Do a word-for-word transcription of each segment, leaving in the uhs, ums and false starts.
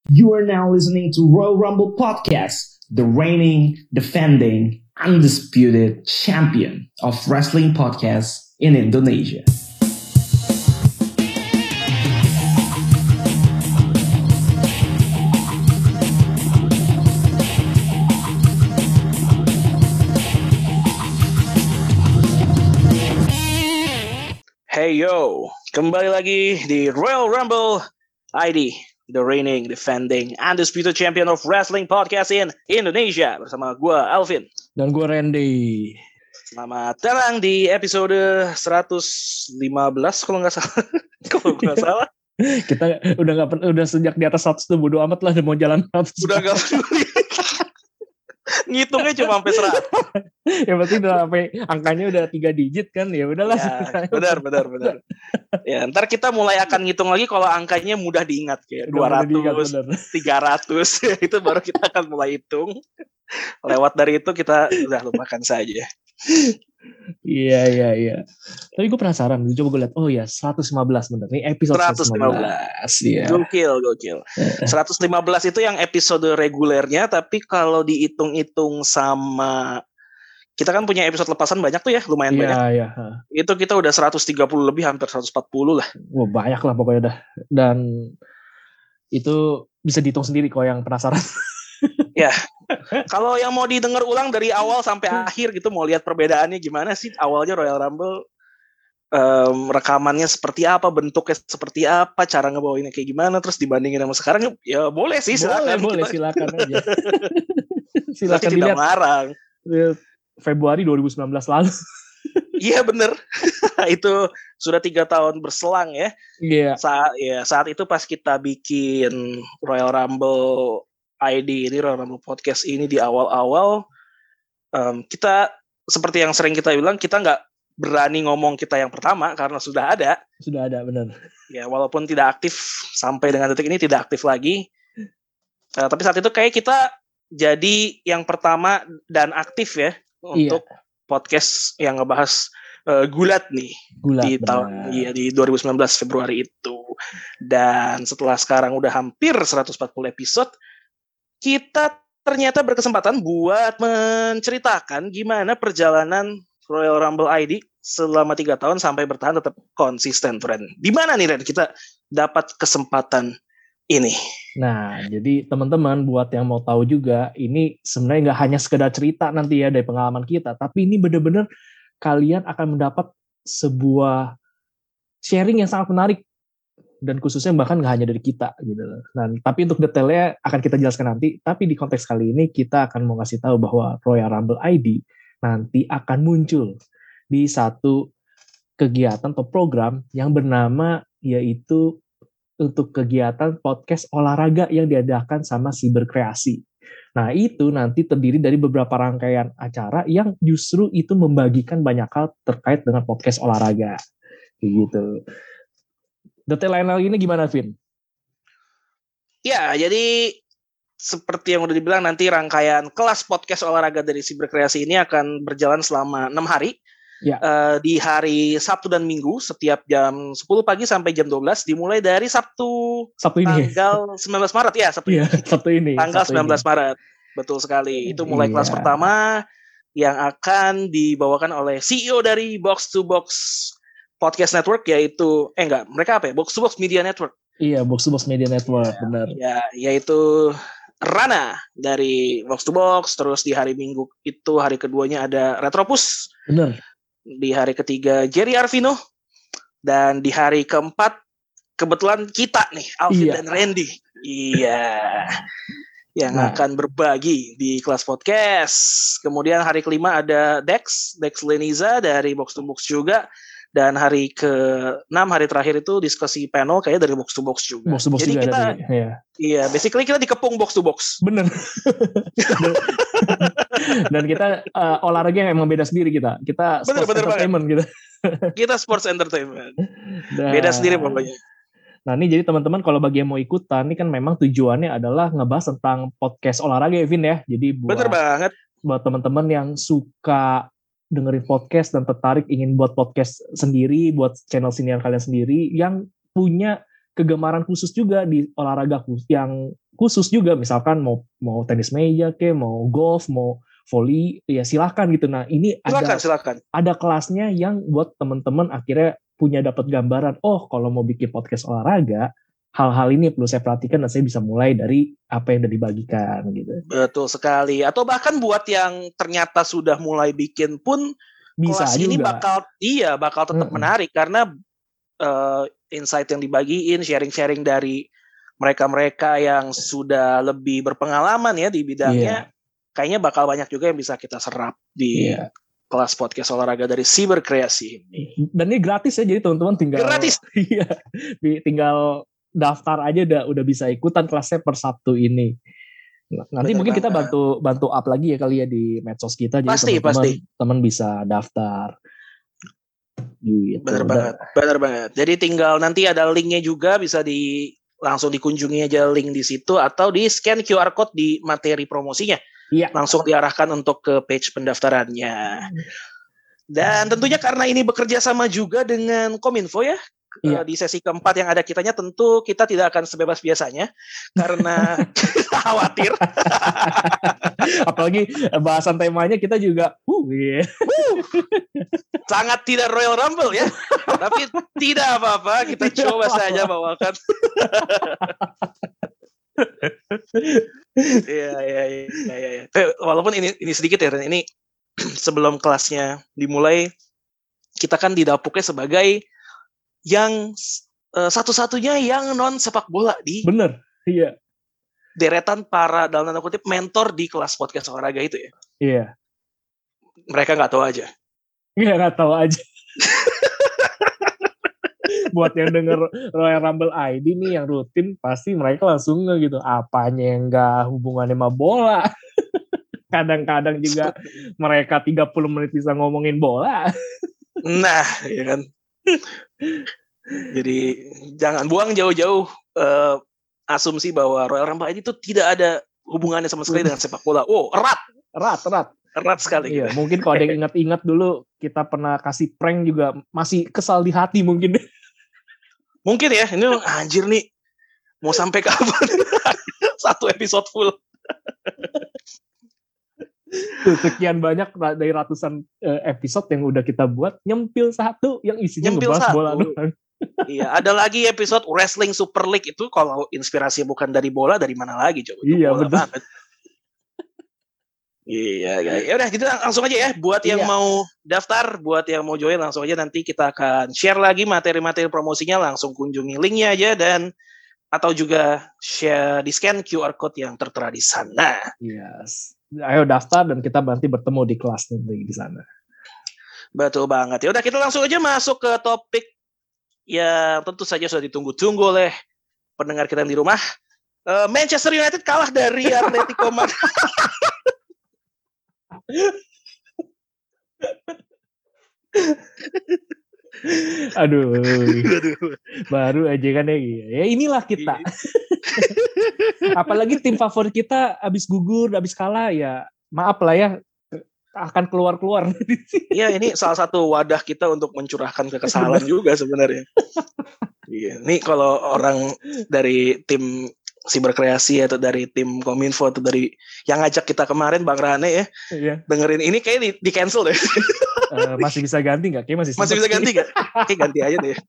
You are now listening to Royal Rumble Podcast, the reigning, defending, undisputed champion of wrestling podcasts in Indonesia. Hey yo, kembali lagi di Royal Rumble I D, the reigning, defending, undisputed champion of wrestling podcast in Indonesia. Bersama gue Alvin. Dan gue Randy. Selamat datang di episode seratus lima belas kalau nggak salah. Kalau nggak salah. Kita udah nggak udah sejak di atas seratus tuh bodo amat lah, udah mau jalan seratus. Udah nggak peduli. Ngitungnya cuma sampai seratus. Ya berarti udah sampai angkanya udah tiga digit kan, ya udahlah. Ya, benar benar benar. Ya, ntar kita mulai akan ngitung lagi kalau angkanya mudah diingat kayak dua ratus, tiga ratus itu baru kita akan mulai hitung. Lewat dari itu kita udah lupakan saja. Iya iya iya. Tapi gue penasaran, coba gue lihat. Oh ya, seratus lima belas bener nih episode seratus lima belas. Iya. Gokil, gokil. seratus lima belas itu yang episode regulernya, tapi kalau dihitung-hitung sama kita kan punya episode lepasan banyak tuh ya, lumayan ya, banyak. Iya, iya. Itu kita udah seratus tiga puluh lebih, hampir seratus empat puluh lah. Wah, banyak lah pokoknya dah. Dan itu bisa dihitung sendiri kalau yang penasaran. Ya. Kalau yang mau didengar ulang dari awal sampai akhir gitu, mau lihat perbedaannya gimana sih awalnya Royal Rumble, um, rekamannya seperti apa, bentuknya seperti apa, cara ngebawainnya kayak gimana, terus dibandingin sama sekarang, ya boleh sih, silakan. Boleh, boleh kita... silakan aja. Silakan tidak melarang. Februari dua ribu sembilan belas lalu. Iya bener. Itu sudah tiga tahun berselang ya. Iya. Yeah. Saat ya saat itu pas kita bikin Royal Rumble I D ini, Royal Rumble Podcast ini di awal-awal, um, kita seperti yang sering kita bilang, kita nggak berani ngomong kita yang pertama karena sudah ada. Sudah ada, benar. Ya walaupun tidak aktif sampai dengan detik ini, tidak aktif lagi. Uh, tapi saat itu kayak kita jadi yang pertama dan aktif ya untuk iya. podcast yang ngebahas uh, gulat nih. Gulat, di tahun iya di dua ribu sembilan belas Februari itu. Dan setelah sekarang udah hampir seratus empat puluh episode, kita ternyata berkesempatan buat menceritakan gimana perjalanan Royal Rumble I D selama tiga tahun sampai bertahan tetap konsisten, friend. Di mana nih, Ren, kita dapat kesempatan ini? Nah, jadi teman-teman buat yang mau tahu juga, ini sebenarnya nggak hanya sekedar cerita nanti ya dari pengalaman kita, tapi ini benar-benar kalian akan mendapat sebuah sharing yang sangat menarik. Dan khususnya bahkan nggak hanya dari kita gitu loh. Nah, tapi untuk detailnya akan kita jelaskan nanti. Tapi di konteks kali ini kita akan mau kasih tahu bahwa Royal Rumble I D nanti akan muncul di satu kegiatan atau program yang bernama yaitu untuk kegiatan podcast olahraga yang diadakan sama Siberkreasi. Nah, itu nanti terdiri dari beberapa rangkaian acara yang justru itu membagikan banyak hal terkait dengan podcast olahraga. Gitu. Detail lain lagi ini gimana, Vin? Ya, jadi seperti yang udah dibilang, nanti rangkaian kelas podcast olahraga dari Siberkreasi ini akan berjalan selama enam hari. Ya. Uh, di hari Sabtu dan Minggu setiap jam sepuluh pagi sampai jam dua belas, dimulai dari Sabtu, Sabtu ini. Tanggal sembilan belas Maret ya, Sabtu, ya, ini. Sabtu ini. Tanggal Sabtu sembilan belas ini. Maret. Betul sekali. Itu mulai iya. kelas pertama yang akan dibawakan oleh C E O dari Box to Box Podcast Network, yaitu eh enggak, mereka apa ya? Box to Box Media Network. Iya, Box to Box Media Network, ya, benar. Ya, yaitu Rana dari Box to Box. Terus di hari Minggu itu hari keduanya ada Retropus. Benar. Di hari ketiga Jerry Arvino, dan di hari keempat kebetulan kita nih, Alvin iya. dan Randy. Iya. Yang nah. akan berbagi di kelas podcast. Kemudian hari kelima ada Dex, Dex Leniza dari Box to Box juga. Dan hari ke-enam, hari terakhir itu diskusi panel kayak dari Box to Box juga. Box to Box Jadi juga kita, ada, ya. Iya, basically kita dikepung Box to Box. Bener. Dan kita uh, olahraga yang emang beda sendiri kita. Kita bener, sports bener entertainment gitu. Kita sports entertainment. Nah, beda sendiri pokoknya. Nah ini jadi teman-teman kalau bagi yang mau ikutan, ini kan memang tujuannya adalah ngebahas tentang podcast olahraga ya, Vin ya. Jadi buat, bener banget. Buat teman-teman yang suka dengerin podcast dan tertarik ingin buat podcast sendiri, buat channel siniar kalian sendiri, yang punya kegemaran khusus juga di olahraga khusus, yang khusus juga, misalkan mau mau tenis meja ke, mau golf, mau volley, ya silakan gitu. Nah ini silakan, ada silakan. ada kelasnya yang buat teman-teman akhirnya punya dapat gambaran. Oh kalau mau bikin podcast olahraga, hal-hal ini perlu saya perhatikan dan saya bisa mulai dari apa yang udah dibagikan gitu. Betul sekali. Atau bahkan buat yang ternyata sudah mulai bikin pun bisa kelas juga. ini bakal iya bakal tetap Mm-mm. menarik karena uh, insight yang dibagiin, sharing-sharing dari mereka-mereka yang sudah lebih berpengalaman ya di bidangnya, yeah. Kayaknya bakal banyak juga yang bisa kita serap di yeah. kelas podcast olahraga dari Siberkreasi. Dan ini gratis ya, jadi teman-teman tinggal gratis. Iya, tinggal daftar aja udah udah bisa ikutan kelasnya per Sabtu ini. Nanti bener mungkin banget. Kita bantu bantu up lagi ya kali ya di medsos kita, jadi pasti, teman-teman pasti. teman bisa daftar. Gitu. Benar banget, benar banget. Jadi tinggal nanti ada linknya juga, bisa di langsung dikunjungi aja link di situ atau di scan Q R code di materi promosinya. Iya. Langsung diarahkan untuk ke page pendaftarannya. Dan tentunya karena ini bekerja sama juga dengan Kominfo ya. Iya. Di sesi keempat yang ada kitanya tentu kita tidak akan sebebas biasanya karena khawatir. Apalagi bahasan temanya kita juga uh, yeah. uh, sangat tidak Royal Rumble ya. Tapi tidak apa-apa, kita tidak coba apa-apa. saja bawakan. Iya iya iya iya. Walaupun ini ini sedikit ya, ini sebelum kelasnya dimulai kita kan didapuknya sebagai yang uh, satu-satunya yang non sepak bola di bener iya deretan para dalam tanda kutip mentor di kelas podcast olahraga itu ya. Iya. Mereka nggak tahu aja. Iya nggak tahu aja. Buat yang denger Royal Rumble I D nih yang rutin pasti mereka langsung nge gitu, apanya yang nggak hubungannya sama bola. Kadang-kadang juga mereka tiga puluh menit bisa ngomongin bola. Nah, ya kan. Jadi jangan buang jauh-jauh uh, asumsi bahwa Royal Rumble itu tidak ada hubungannya sama sekali dengan sepak bola. Oh, erat, erat, erat, erat sekali. Iya, gitu. Mungkin kalau ada yang ingat-ingat dulu kita pernah kasih prank juga masih kesal di hati mungkin. Mungkin ya, ini anjir nih mau sampai kapan? Satu episode full. Tuh, sekian banyak dari ratusan episode yang udah kita buat, nyempil satu yang isinya nyempil ngebahas satu. bola doang. Iya, ada lagi episode Wrestling Super League itu kalau inspirasi bukan dari bola, dari mana lagi coba? Iya, betul. Iya, guys. Ya udah, kita langsung aja ya. Buat yang iya. mau daftar, buat yang mau join langsung aja, nanti kita akan share lagi materi-materi promosinya, langsung kunjungi linknya aja dan atau juga share di scan Q R code yang tertera di sana. Yes. Ayo daftar dan kita nanti bertemu di kelas nanti di sana. Betul banget. Ya udah, kita langsung aja masuk ke topik yang tentu saja sudah ditunggu-tunggu oleh pendengar kita di rumah. Uh, Manchester United kalah dari Atletico Madrid. Aduh, baru aja kan ya. Ya inilah kita. Apalagi tim favorit kita abis gugur, abis kalah ya. Maaf lah ya, akan keluar-keluar. Iya, ini salah satu wadah kita untuk mencurahkan kekesalan juga sebenarnya. Iya, nih kalau orang dari tim Siberkreasi atau dari tim Kominfo atau dari yang ngajak kita kemarin Bang Rane ya, iya. dengerin ini kayak di, di cancel deh. Uh, masih bisa ganti nggak? Kayak masih masih bisa ganti nggak? Kayak ganti aja deh.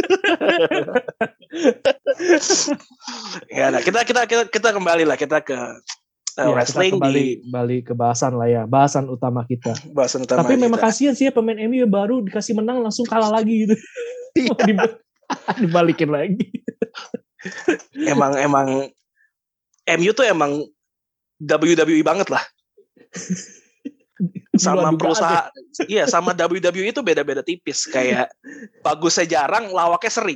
Ya, nah, kita kita kita kita kembali lah kita ke uh, ya, wrestling kita kembali, di kembali ke bahasan lah ya, bahasan utama kita. Bahasan utama. Tapi kita. Memang kasihan sih ya pemain M U baru dikasih menang langsung kalah lagi gitu. Iya. Dibalikin lagi. Emang emang M U tuh emang W W E banget lah. Sama perusahaan, iya sama W W E itu beda-beda tipis. Kayak bagusnya jarang, lawaknya sering.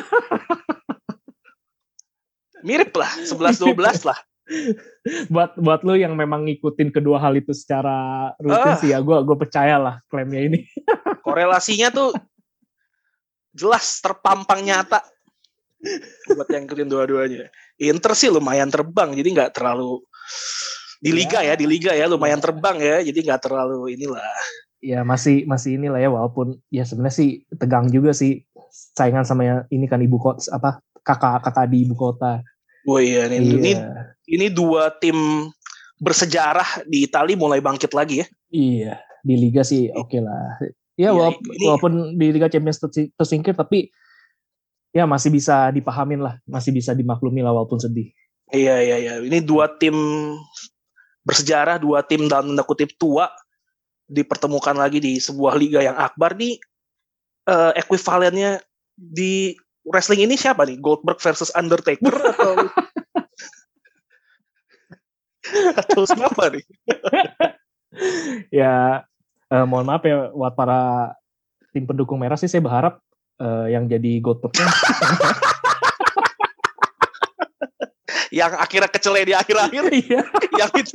Mirip lah, sebelas dua belas lah. buat buat lo yang memang ngikutin kedua hal itu secara rutin uh, sih ya, gue gue percaya lah klaimnya ini. Korelasinya tuh jelas terpampang nyata. Buat yang ngikutin dua-duanya. Inter sih lumayan terbang, jadi nggak terlalu di liga ya, ya di liga ya lumayan ya. Terbang ya, jadi nggak terlalu inilah. Ya masih masih inilah ya, walaupun ya sebenarnya sih tegang juga sih saingan sama yang ini kan ibu kota apa kakak kakak di ibu kota. Oh iya, ini, Iya. ini ini dua tim bersejarah di Italia mulai bangkit lagi ya. Iya, di Liga sih oke okay lah. Ya Iya, walaupun, ini- walaupun di Liga Champions tersi- tersingkir, tapi ya masih bisa dipahamin lah, masih bisa dimaklumi lah walaupun sedih. Iya iya iya. Ini dua tim bersejarah, dua tim dalam tanda kutip tua dipertemukan lagi di sebuah liga yang akbar nih. Uh, ekuivalennya di wrestling ini siapa nih? Goldberg versus Undertaker atau atau siapa nih? Ya eh, mohon maaf ya buat para tim pendukung merah sih, saya berharap eh, yang jadi Goldbergnya yang akhirnya kecele di akhir-akhir. Iya. Yang itu.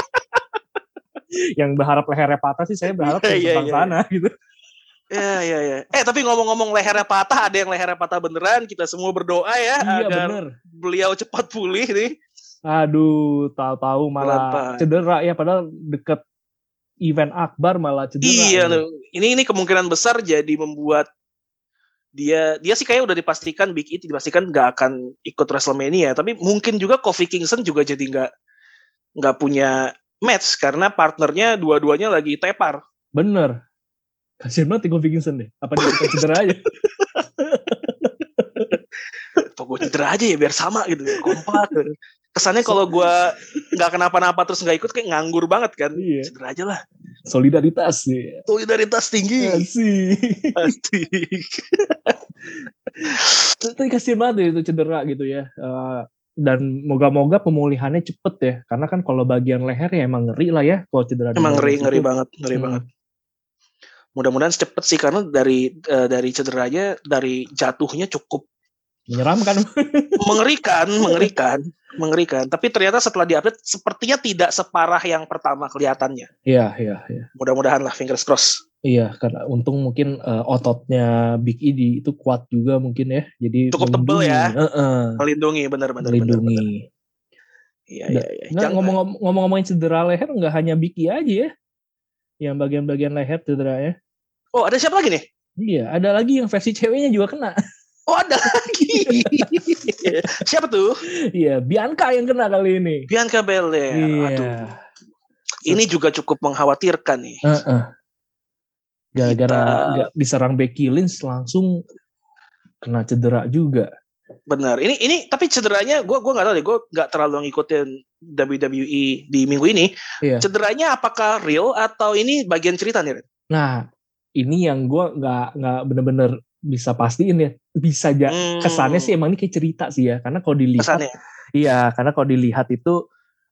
Yang berharap lehernya patah sih, saya berharap yang Iya, tentang iya, sana gitu. Iya iya iya. Eh tapi ngomong-ngomong lehernya patah, ada yang lehernya patah beneran. Kita semua berdoa ya Iya, agar bener. beliau cepat pulih nih. Aduh, tahu-tahu malah Berantai. cedera ya, padahal deket event akbar malah cedera. Iya, gitu. ini ini kemungkinan besar jadi membuat dia dia sih kayak udah dipastikan Big E dipastikan nggak akan ikut WrestleMania, tapi mungkin juga Kofi Kingston juga jadi nggak nggak punya match karena partnernya dua-duanya lagi tepar. Bener. Kasian banget Kofi Kingston deh. Apa dia ikut cedera aja? Apa gue cedera aja ya biar sama gitu, kompak. Kesannya kalau gue nggak kenapa-napa terus nggak ikut kayak nganggur banget kan. Iya. Cedera aja lah. Solidaritas nih. Solidaritas tinggi. Asik. Asik. Tapi kasian banget deh itu cedera gitu ya. Uh, dan moga-moga pemulihannya cepet ya. Karena kan kalau bagian leher ya emang ngeri lah ya kalau cedera. Emang ngeri, ngeri banget, ngeri hmm. banget. Mudah-mudahan cepet sih karena dari uh, dari cederanya, dari jatuhnya cukup menyeramkan. mengerikan, mengerikan, mengerikan. Tapi ternyata setelah diupdate sepertinya tidak separah yang pertama kelihatannya. Iya, iya, iya. Mudah-mudahan lah, fingers cross. Iya, karena untung mungkin uh, ototnya Big E di, itu kuat juga mungkin ya. Jadi cukup tebel ya. Uh-uh. Melindungi, benar-benar. Melindungi. Iya, iya, iya. Nah, ngomong ngomong-ngomongin cedera leher nggak hanya Big E aja ya. Yang bagian-bagian leher cederanya. Oh, ada siapa lagi nih? Iya, ada lagi yang versi ceweknya juga kena. Oh, ada lagi. Siapa tuh? Iya, Bianca yang kena kali ini. Bianca Belair. Iya. Aduh. Ini juga cukup mengkhawatirkan nih. Uh-uh. Gara-gara Kita... diserang Becky Lynch langsung kena cedera juga. Benar. Ini ini tapi cederanya gue gue nggak tahu deh. Gue nggak terlalu ngikutin W W E di minggu ini. Iya. Cederanya apakah real atau ini bagian cerita nih? Nah, ini yang gue nggak nggak bener-bener bisa pastiin ya, bisa aja hmm. kesannya sih emang ini kayak cerita sih ya, karena kalau dilihat kesannya. Iya, karena kalau dilihat itu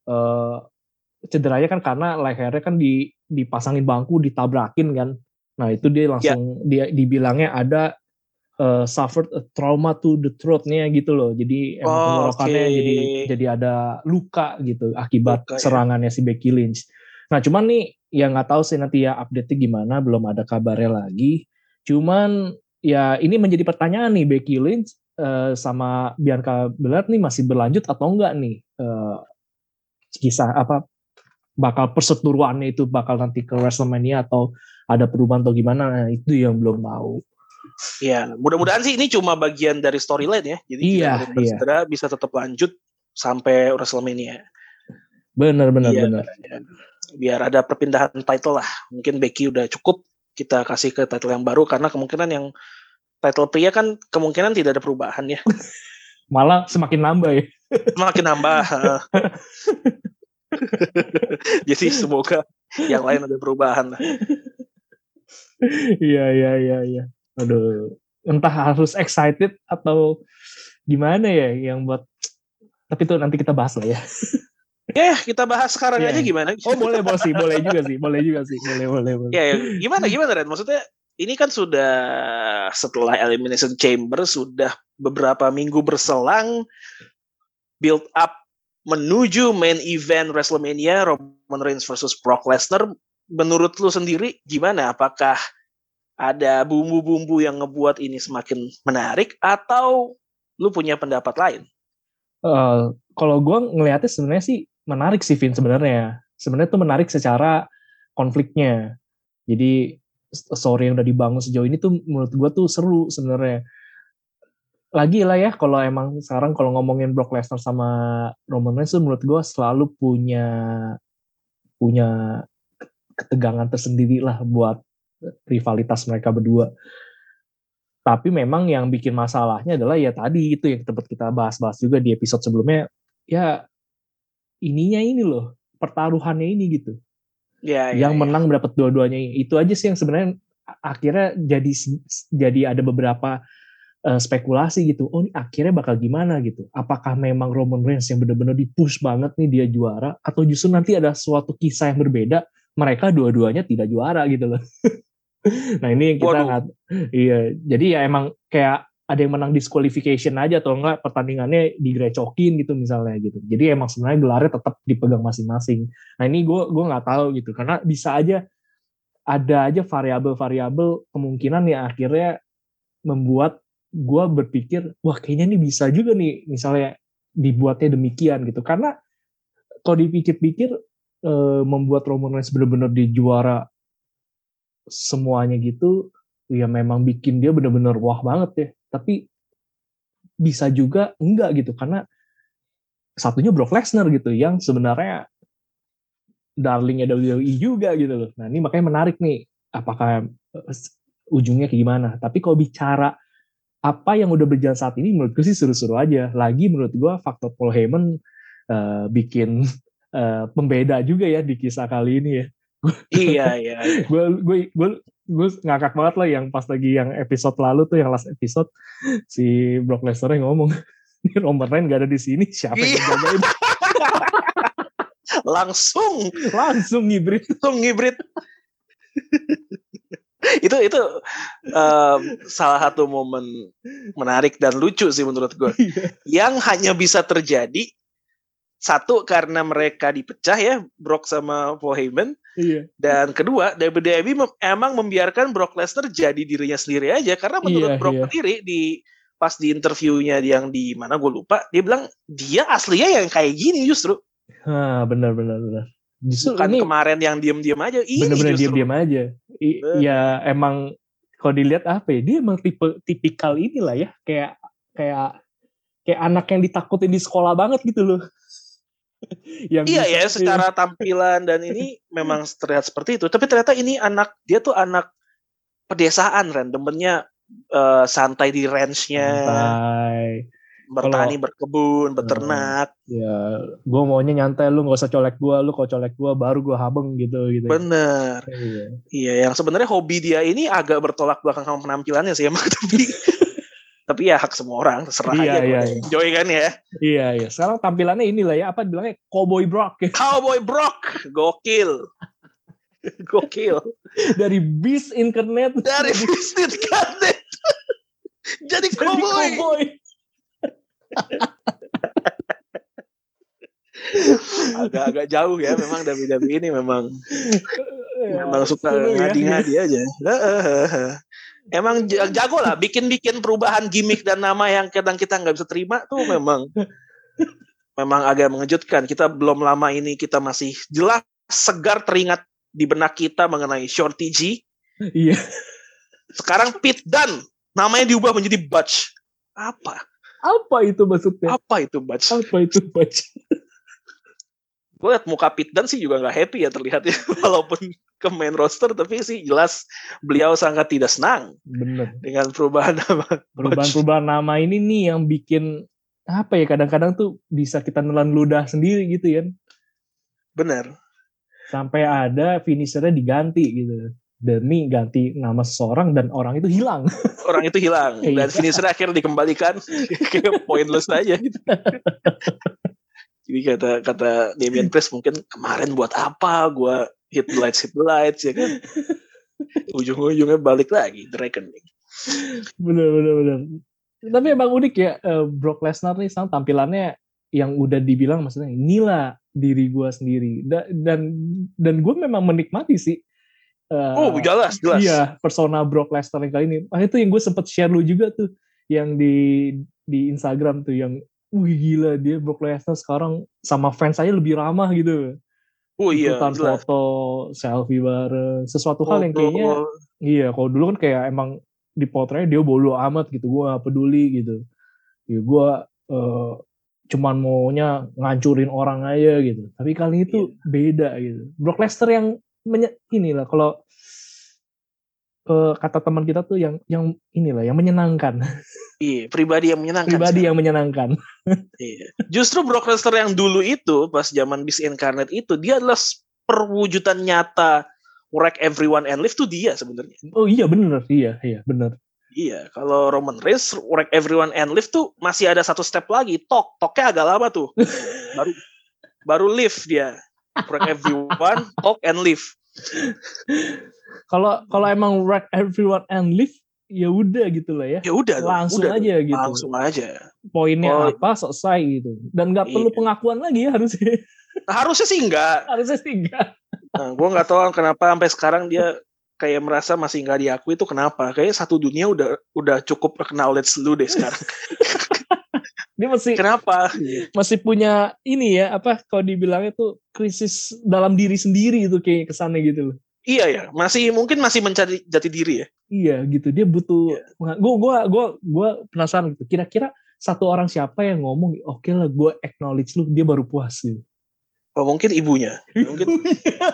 uh, cederanya kan karena lehernya kan di, dipasangin bangku, ditabrakin kan, nah itu dia langsung yeah. dia dibilangnya ada uh, suffered a trauma to the throat-nya gitu loh, jadi emang oh, tenggorokannya okay. jadi jadi ada luka gitu akibat luka, serangannya ya. Si Becky Lynch. Nah cuman nih ya nggak tahu sih nanti ya update-nya gimana, belum ada kabarnya lagi, cuman ya ini menjadi pertanyaan nih, Becky Lynch uh, sama Bianca Belair nih masih berlanjut atau enggak nih uh, kisah apa bakal perseteruannya itu bakal nanti ke WrestleMania atau ada perubahan atau gimana, nah, itu yang belum tahu. Iya, mudah-mudahan sih ini cuma bagian dari storyline ya, jadi iya, iya. bisa tetap lanjut sampai WrestleMania. Benar benar iya, benar. Ya. Biar ada perpindahan title lah, mungkin Becky udah cukup. Kita kasih ke title yang baru karena kemungkinan yang title pria kan kemungkinan tidak ada perubahan ya. Malah semakin nambah ya. Semakin nambah. Jadi semoga yang lain ada perubahan lah. Iya iya iya iya. Aduh, entah harus excited atau gimana ya yang buat. Tapi itu nanti kita bahas lah ya. Ya, yeah, kita bahas sekarang yeah. aja gimana? Oh, boleh, boleh sih, boleh juga sih, boleh juga sih, boleh, boleh, boleh. Ya, yeah, gimana, gimana, Ren? Maksudnya, ini kan sudah setelah Elimination Chamber, sudah beberapa minggu berselang, build up menuju main event WrestleMania, Roman Reigns versus Brock Lesnar. Menurut lu sendiri, gimana? Apakah ada bumbu-bumbu yang ngebuat ini semakin menarik, atau lu punya pendapat lain? Uh, kalau gue ngelihatnya sebenarnya sih menarik sih, Vin, sebenarnya. Sebenarnya tuh menarik secara konfliknya. Jadi story yang udah dibangun sejauh ini tuh menurut gue tuh seru sebenarnya. lagi lah ya, kalau emang sekarang kalau ngomongin Brock Lesnar sama Roman Reigns tuh menurut gue selalu punya punya ketegangan tersendiri lah buat rivalitas mereka berdua. Tapi memang yang bikin masalahnya adalah ya tadi itu yang tempat kita bahas-bahas juga di episode sebelumnya, ya ininya ini loh, pertaruhannya ini gitu. Ya, yang ya, menang ya. dapat dua-duanya. Itu aja sih yang sebenarnya akhirnya jadi jadi ada beberapa uh, spekulasi gitu. Oh, ini akhirnya bakal gimana gitu. Apakah memang Roman Reigns yang benar-benar di-push banget nih dia juara, atau justru nanti ada suatu kisah yang berbeda, mereka dua-duanya tidak juara gitu loh. Nah, ini yang kita nggak, iya. Jadi ya emang kayak ada yang menang disqualification aja atau enggak pertandingannya digrecokin gitu misalnya gitu. Jadi emang sebenarnya gelarnya tetap dipegang masing-masing. Nah, ini gue gue nggak tahu gitu karena bisa aja ada aja variabel-variabel kemungkinan yang akhirnya membuat gue berpikir wah kayaknya ini bisa juga nih misalnya dibuatnya demikian gitu. Karena kalau dipikir-pikir eh, membuat Roman Reigns benar-benar di juara semuanya gitu ya memang bikin dia benar-benar wah banget ya. Tapi bisa juga enggak gitu karena satunya Brock Lesnar gitu yang sebenarnya darlingnya W W E juga gitu loh. Nah, ini makanya menarik nih apakah uh, ujungnya kayak gimana. Tapi kalau bicara apa yang udah berjalan saat ini menurut gue sih seru-seru aja. Lagi menurut gue faktor Paul Heyman uh, bikin uh, pembeda juga ya di kisah kali ini ya. Iya, iya. Gue gue gue gue ngakak banget lah yang pas lagi yang episode lalu tuh yang last episode si Brock Lesnar yang ngomong ini Roman Reigns gak ada di sini siapa yang jagain? langsung langsung ngibrit langsung ngibrit itu itu um, salah satu momen menarik dan lucu sih menurut gue yang hanya bisa terjadi satu karena mereka dipecah ya Brock sama Paul Heyman. Iya. Dan kedua W W E mem- emang membiarkan Brock Lesnar jadi dirinya sendiri aja karena menurut iya, Brock iya. sendiri di pas di interviewnya yang di mana gue lupa dia bilang dia aslinya yang kayak gini justru. Ah benar benar benar. Justru bukan ini kemarin yang diem-diem aja. Ini bener-bener diem-diem aja. I, ya emang kalau dilihat apa ya dia emang tipe tipikal inilah ya kayak kayak kayak anak yang ditakutin di sekolah banget gitu loh. Yang iya ya secara tampilan dan ini memang terlihat seperti itu tapi ternyata ini anak dia tuh anak pedesaan Ren demennya uh, santai di ranch-nya santai bertani kalo, berkebun beternak uh, ya gue maunya nyantai lu nggak usah colek gue lu kalau colek gue baru gue habeng gitu gitu bener iya, iya yang sebenarnya hobi dia ini agak bertolak belakang sama penampilannya sih emang tapi tapi ya hak semua orang terserah iya, aja iya, iya. Enjoy kan ya iya iya sekarang tampilannya inilah ya apa bilangnya Cowboy Brock Cowboy Brock gokil gokil dari Beast Incarnate dari Beast Incarnate jadi cowboy, cowboy. agak-agak jauh ya memang W W E ini memang ya, memang suka ngadi-ngadi ya. aja emang jago lah bikin-bikin perubahan gimmick dan nama yang kadang kita nggak bisa terima tuh memang memang agak mengejutkan. Kita belum lama ini kita masih jelas segar teringat di benak kita mengenai Shorty G. Iya. Sekarang Pete Dunne namanya diubah menjadi Butch. Apa? Apa itu maksudnya? Apa itu Butch? Apa itu Butch? Gue liat muka Pete Dunne sih juga nggak happy ya terlihat ya walaupun ke main roster tapi sih jelas beliau sangat tidak senang. Bener. Dengan perubahan nama. Perubahan-perubahan nama ini nih yang bikin apa ya kadang-kadang tuh bisa kita nelan ludah sendiri gitu ya. Bener. Sampai ada finishernya diganti gitu demi ganti nama seseorang dan orang itu hilang. Orang itu hilang dan finisher akhirnya dikembalikan kayak pointless aja gitu. Jadi kata kata Damian Priest mungkin kemarin buat apa gue hit the lights hit the lights ya kan. Ujung-ujungnya balik lagi The Reckoning. Bener bener bener. Tapi emang unik ya Brock Lesnar nih sang tampilannya yang udah dibilang maksudnya inilah diri gue sendiri da, dan dan gue memang menikmati sih. Uh, oh jelas jelas. Iya persona Brock Lesnar yang kali ini. Ah itu yang gue sempet share lu juga tuh yang di di Instagram tuh yang wih gila dia Brock Lesnar sekarang sama fans aja lebih ramah gitu. Oh iya. Ikutan foto, selfie bareng, sesuatu hal yang kayaknya iya kalau dulu kan kayak emang dipotretnya dia bodo amat gitu, gue gak peduli gitu. ya gue uh, cuman maunya ngancurin orang aja gitu. Tapi kali itu yeah. beda gitu. Brock Lesnar yang menye- inilah kalau uh, kata teman kita tuh yang yang inilah yang menyenangkan. Iya, pribadi yang menyenangkan. Pribadi sekarang. yang menyenangkan. Iya. Justru Brock Lesnar yang dulu itu pas zaman Beast Incarnate itu dia adalah perwujudan nyata wreck everyone and live tuh dia sebenarnya. Oh iya benar, iya iya benar. Iya, kalau Roman Reigns wreck everyone and live tuh masih ada satu step lagi, talk, talknya agak lama tuh. baru baru live dia. Wreck everyone, talk and live. Kalau kalau emang wreck everyone and live ya udah gitu lah ya. Ya udah langsung udah, aja gitu. Langsung aja. Poinnya oh, apa selesai gitu. Dan nggak iya. perlu pengakuan lagi ya harusnya. Harusnya sih enggak. Harusnya sih enggak. Nah, gue nggak tahu kenapa sampai sekarang dia kayak merasa masih nggak diakui itu kenapa? Kayaknya satu dunia udah udah cukup acknowledge lu deh sekarang. Dia masih kenapa? Masih punya ini ya apa? Kalau dibilangnya tuh krisis dalam diri sendiri itu kayak kesannya gitu loh. Iya ya, masih mungkin masih mencari jati diri ya. Iya gitu, dia butuh. Gue gue gue gue penasaran gitu. Kira-kira satu orang siapa yang ngomong, oke okay lah, gue acknowledge lu, dia baru puas gitu. Oh mungkin ibunya. Mungkin.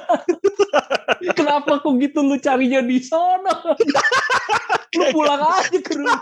Kenapa kok gitu lu carinya di sana? Lu pulang aja ke rumah.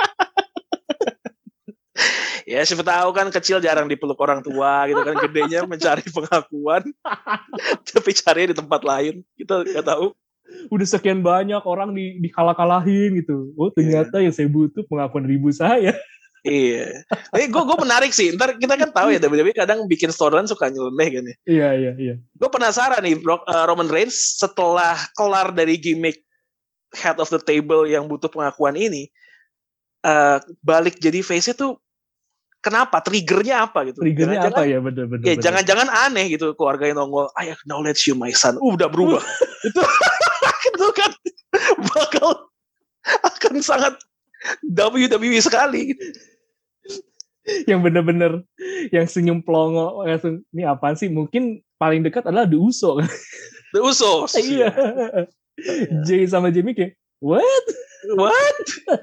Ya siapa tahu kan kecil jarang dipeluk orang tua gitu kan, gedenya mencari pengakuan. Tapi cari di tempat lain. Kita nggak tahu. Udah sekian banyak orang di dikalah-kalahin gitu. Oh ternyata yeah. yang saya butuh pengakuan dari ibu saya. Iya. Tapi gue gue menarik sih. Ntar kita kan tahu ya W W E kadang bikin storyline suka nyeleneh kan ya. Iya iya iya. Gue penasaran nih Bro, uh, Roman Reigns setelah kelar dari gimmick head of the table yang butuh pengakuan ini, uh, balik jadi face itu kenapa? Triggernya apa gitu? Triggernya apa ya bener-bener. Ya jangan-jangan aneh gitu keluarga yang nongol. I acknowledge you my son. Uh, udah berubah. itu itu kan bakal akan sangat W W E sekali gitu. Yang bener-bener yang senyum pelongo langsung ini apaan sih? Mungkin paling dekat adalah The Uso. The Usos. Iya. Jay sama Jimmy kayak what? What?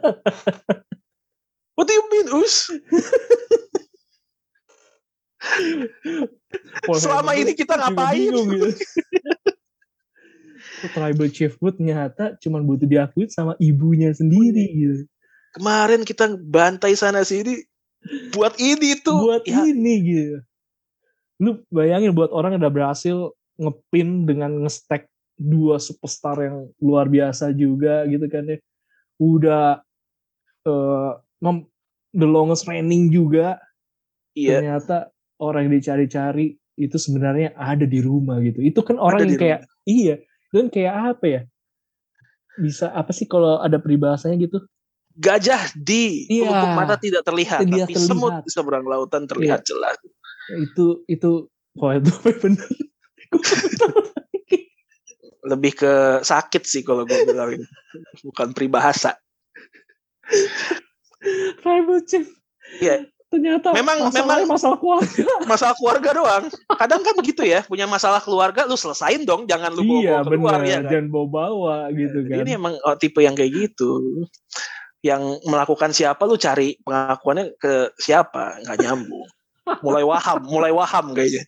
What do you mean Us? Selama ini kita ngapain? Gitu. Tribal Chief pun ternyata cuma butuh diakui sama ibunya sendiri gitu. Kemarin kita bantai sana sini buat ini tuh. Buat ya. Ini gitu. Lu bayangin buat orang yang udah berhasil ngepin dengan nge-stack dua superstar yang luar biasa juga gitu kan ya. Udah uh, mem- the longest reigning juga. Iya. Ternyata orang yang dicari-cari itu sebenarnya ada di rumah gitu. Itu kan orang ada yang kayak rumah. Iya. Dan kayak apa ya? Bisa apa sih kalau ada peribahasanya gitu? Gajah di iya, pelupuk mata tidak terlihat, tidak tapi terlihat. Semut di seberang lautan terlihat iya. jelas. Itu itu oh itu benar. Lebih ke sakit sih kalau gue bilang, bukan peribahasa. Tribal Chief. Iya. Ternyata memang memang masalah keluarga. Masalah keluarga doang. Kadang kan gitu ya, punya masalah keluarga lu selesain dong, jangan lu bawa-bawa iya, keluar bener, ya kan. Jangan bawa-bawa gitu kan. Ini emang oh, tipe yang kayak gitu. Yang melakukan siapa lu cari pengakuannya ke siapa, nggak nyambung. Mulai waham, mulai waham kayaknya.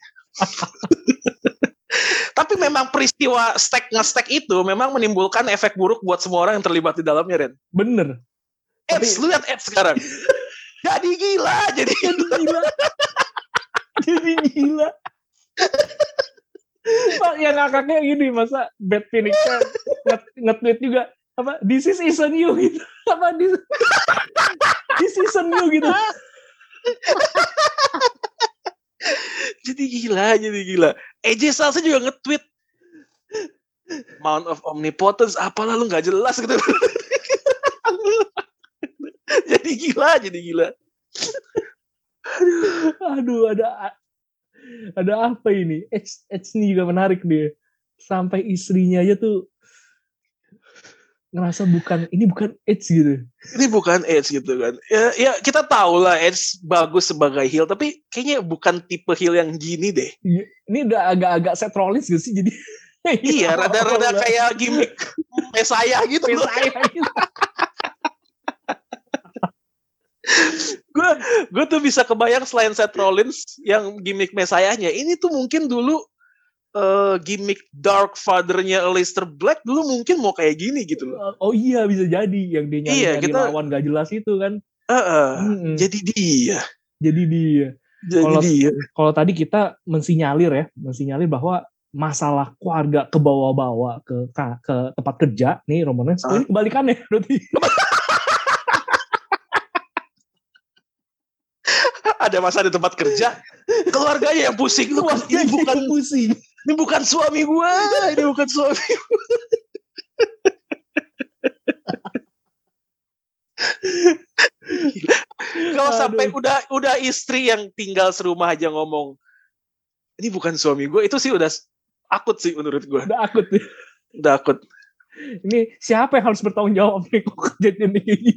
Tapi memang peristiwa stack nge-stack itu memang menimbulkan efek buruk buat semua orang yang terlibat di dalamnya, Ren. Bener. Eds, Tapi... lu lihat Eds sekarang. Jadi gila, jadi gila. Jadi gila. Pak yang ngakaknya gini, masa Bad Phoenix nge-tweet juga apa this is season you gitu. Apa this, this season you gitu. Jadi gila, jadi gila. A J Styles juga nge-tweet Mount of Omnipotence apalah lu enggak jelas gitu. Jadi gila, jadi gila. Aduh, ada ada apa ini? Edge, Edge ini juga menarik dia. Sampai istrinya aja tuh ngerasa bukan ini bukan Edge gitu. Ini bukan Edge gitu kan. Ya, ya kita tahu lah Edge bagus sebagai heel, tapi kayaknya bukan tipe heel yang gini deh. Ini udah agak-agak Seth Rollins gitu sih jadi. Iya, rada-rada kayak gimmick Messiah gitu. Messiah gitu. Gue gue tuh bisa kebayang selain Seth Rollins yang gimmick mesayahnya, ini tuh mungkin dulu uh, gimmick Dark Father-nya Aleister Black dulu mungkin mau kayak gini gitu loh. Oh iya bisa jadi yang dia nyari, iya, nyari kita, lawan gak jelas itu kan. Uh, uh, mm-hmm. Jadi dia. Jadi dia. Jadi dia. Kalau tadi kita mensinyalir ya, mensinyalir bahwa masalah keluarga ke bawah-bawah ke ke tempat kerja nih Roman Reigns. Uh. Oh, ini kebalikannya berarti. Ada masa di tempat kerja, keluarganya yang pusing. Lu ini bukan pusing. Ini bukan suami gue. Ini bukan suami gue. Kalau sampai udah udah istri yang tinggal serumah aja ngomong, ini bukan suami gue, itu sih udah akut sih menurut gue. Udah akut. Udah akut. Ini siapa yang harus bertanggung jawab nih kok kejadian kayak gini?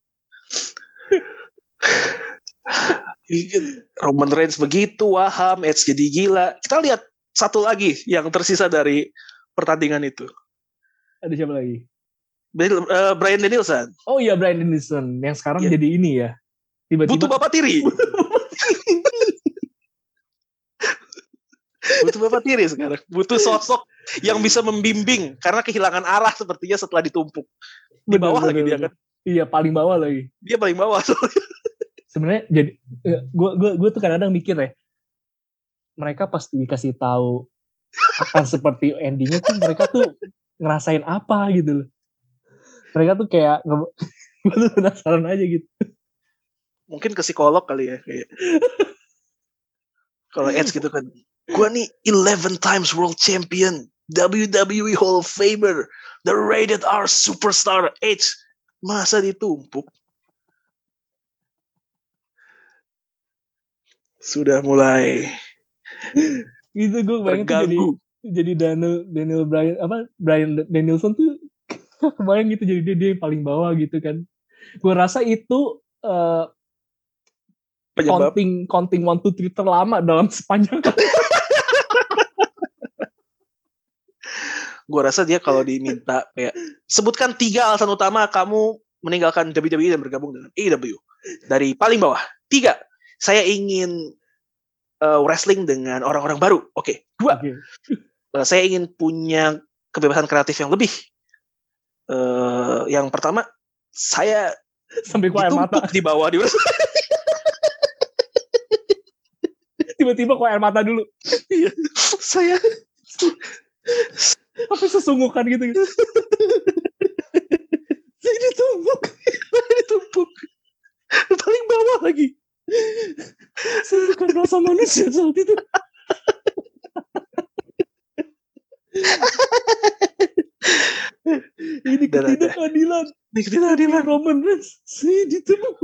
Roman Reigns begitu, waham, Edge jadi gila. Kita lihat satu lagi yang tersisa dari pertandingan itu. Ada siapa lagi? Uh, Bryan Danielson. Oh iya, Bryan Danielson yang sekarang yeah. jadi ini ya. Tiba-tiba butuh bapak tiri. Butuh bapak tiri sekarang. Butuh sosok yang bisa membimbing karena kehilangan arah sepertinya setelah ditumpuk. Di bawah bener, lagi bener, dia kan. Iya, paling bawah lagi. Dia paling bawah. Sebenarnya jadi gue gue gue tuh kadang-kadang mikir ya, mereka pas dikasih tahu akan seperti endingnya tuh mereka tuh ngerasain apa gitu loh. Mereka tuh kayak gue tuh penasaran aja gitu. Mungkin ke psikolog kali ya kayak. Kalau Edge gitu kan, gue nih eleven times world champion, W W E Hall of Famer, the rated R superstar Edge, masa ditumpuk? Sudah mulai gitu gue bayangin tuh jadi jadi Daniel Daniel Bryan apa Bryan Danielson tuh kebayang gitu jadi dia, dia yang paling bawah gitu kan. Gue rasa itu uh, counting counting one two three terlama dalam sepanjang gue rasa dia kalau diminta kayak sebutkan tiga alasan utama kamu meninggalkan W W E dan bergabung dengan A E W dari paling bawah. Tiga, saya ingin uh, wrestling dengan orang-orang baru. Oke. Okay. Dua, okay. uh, saya ingin punya kebebasan kreatif yang lebih. Uh, yang pertama, saya sampai keluar air mata di bawah di tiba-tiba keluar air mata dulu. Iya, saya apa sesungguhkan gitu. gitu. Saya ditumpuk, saya ditumpuk paling bawah lagi. Saya bukan rasa manusia saat itu. Ini ketidakadilan. Ini ketidakadilan Roman Reigns. Saya ditumpuk.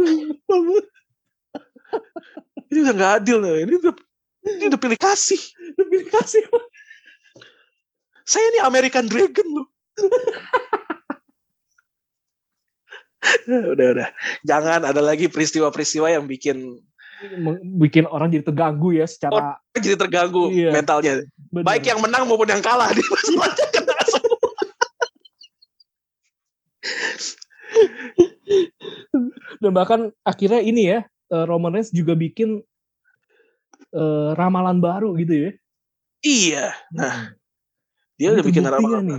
Ini udah gak adil nih. Ini udah, ini udah pilih kasih. Udah pilih kasih. Saya ini American Dragon loh. udah udah. Jangan ada lagi peristiwa-peristiwa yang bikin bikin orang jadi terganggu ya secara orang jadi terganggu iya. mentalnya. Bener. Baik yang menang maupun yang kalah di masalahnya kena semua. Dan bahkan akhirnya ini ya Roman Reigns juga bikin uh, ramalan baru gitu ya. Iya. Nah, dia udah bikin ramalan. Nih.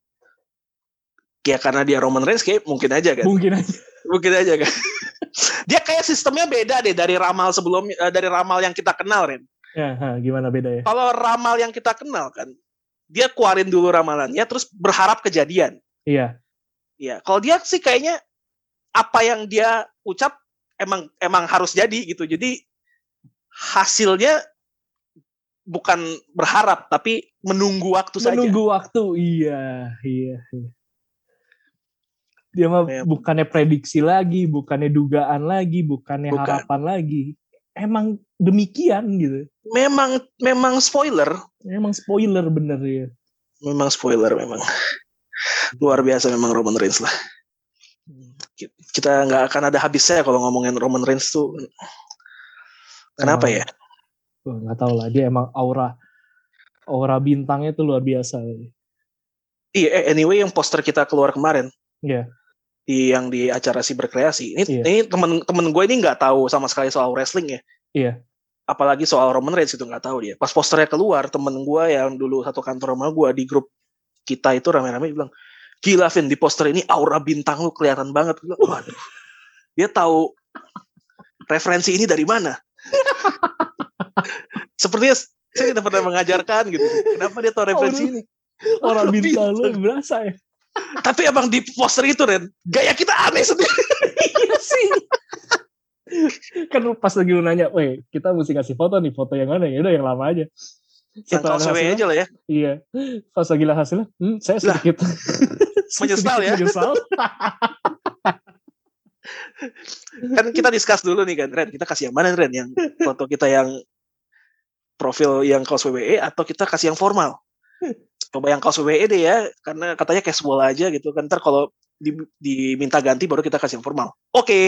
Ya karena dia Roman Reigns kayak mungkin aja kan. Mungkin aja. Mungkin aja kan. Dia kayak sistemnya beda deh dari ramal sebelum uh, dari ramal yang kita kenal, Ren. Ya, ha, gimana beda ya? Kalau ramal yang kita kenal kan, dia keluarin dulu ramalannya terus berharap kejadian. Iya. Iya, kalau dia sih kayaknya apa yang dia ucap emang emang harus jadi gitu. Jadi hasilnya bukan berharap tapi menunggu waktu menunggu saja. Menunggu waktu, iya, iya, iya. Dia mah ya, bukannya prediksi lagi, bukannya dugaan lagi, bukannya bukan. harapan lagi. Emang demikian gitu. Memang memang spoiler. Memang spoiler bener ya. Memang spoiler memang. Luar biasa memang Roman Reigns lah. Kita nggak akan ada habisnya kalau ngomongin Roman Reigns tuh. Kenapa emang, ya? Nggak tahu lah. Dia emang aura aura bintangnya tuh luar biasa. Iya, anyway yang poster kita keluar kemarin. Iya. Yeah. di yang di acara si berkreasi. Ini Iya. ini temen-temen gue ini nggak tahu sama sekali soal wrestling ya. Iya. Apalagi soal Roman Reigns itu nggak tahu dia. Pas posternya keluar, temen gue yang dulu satu kantor sama gue di grup kita itu rame-rame bilang, gila Vin, di poster ini aura bintang lu kelihatan banget. Gue bilang, waduh, dia tahu referensi ini dari mana? Sepertinya saya tidak pernah mengajarkan gitu. Kenapa dia tahu referensi Oh, ini? Orang Aura bintang lu berasa ya. Tapi emang di poster itu Ren, gaya kita aneh sendiri. Iya sih. Kan pas lagi lu nanya, weh kita mesti kasih foto nih, foto yang mana ya? Udah yang lama aja. Yang Setelah kaos W W E hasilnya, aja lah ya. Iya. Pas lagi lihat hasilnya, hmm, saya Lah, sedikit menyesal ya. Menyesal. Kan kita discuss dulu nih kan, Ren. Kita kasih yang mana Ren? Yang foto kita yang profil yang kaos W W E atau kita kasih yang formal? Coba yang kaos W W E deh ya, karena katanya casual aja gitu kan. Ntar kalau di, diminta ganti baru kita kasih yang formal. Oke. Okay.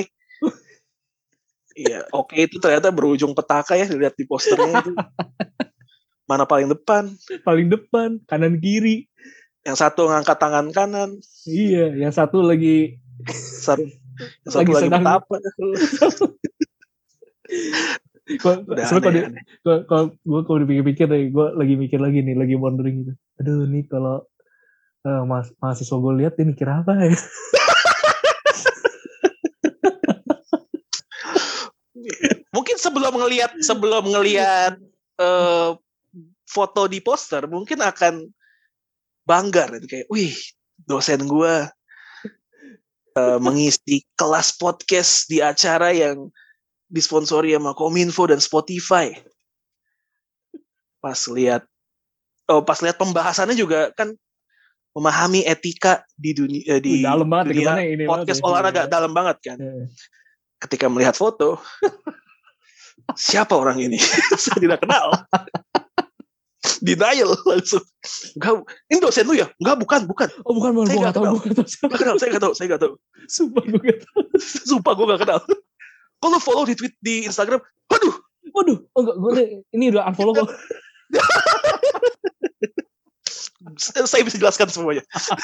Iya, oke okay, itu ternyata berujung petaka ya, dilihat di posternya itu. Mana paling depan? Paling depan, kanan kiri. Yang satu ngangkat tangan kanan. Iya, yang satu lagi satu, yang satu lagi, lagi betapa. Kalau gue kalau dipikir-pikir deh, gue lagi mikir lagi nih, lagi wondering gitu. Aduh nih kalau uh, mas mahasiswa gue lihat dia mikir apa ya? Mungkin sebelum ngelihat sebelum ngelihat uh, foto di poster mungkin akan bangga gitu, kayak, wih dosen gue uh, mengisi kelas podcast di acara yang disponsori sama Kominfo dan Spotify. Pas lihat, oh pas lihat pembahasannya juga kan memahami etika di dunia di dalam banget, dunia ini podcast banget, olahraga ya. Dalam banget kan. Ya. Ketika melihat foto, siapa orang ini? Saya tidak kenal. Denial langsung. Enggak, ini dosen lu ya? Enggak, bukan, bukan. Oh, bukan, bukan. Saya enggak tahu, tahu. Enggak kenal, saya enggak tahu, saya enggak tahu. Sumpah gue enggak tahu. Sumpah gue enggak kenal. Kalau follow di tweet di Instagram, waduh. Waduh, oh enggak, gue deh, ini udah unfollow kok. Saya bisa jelaskan semuanya.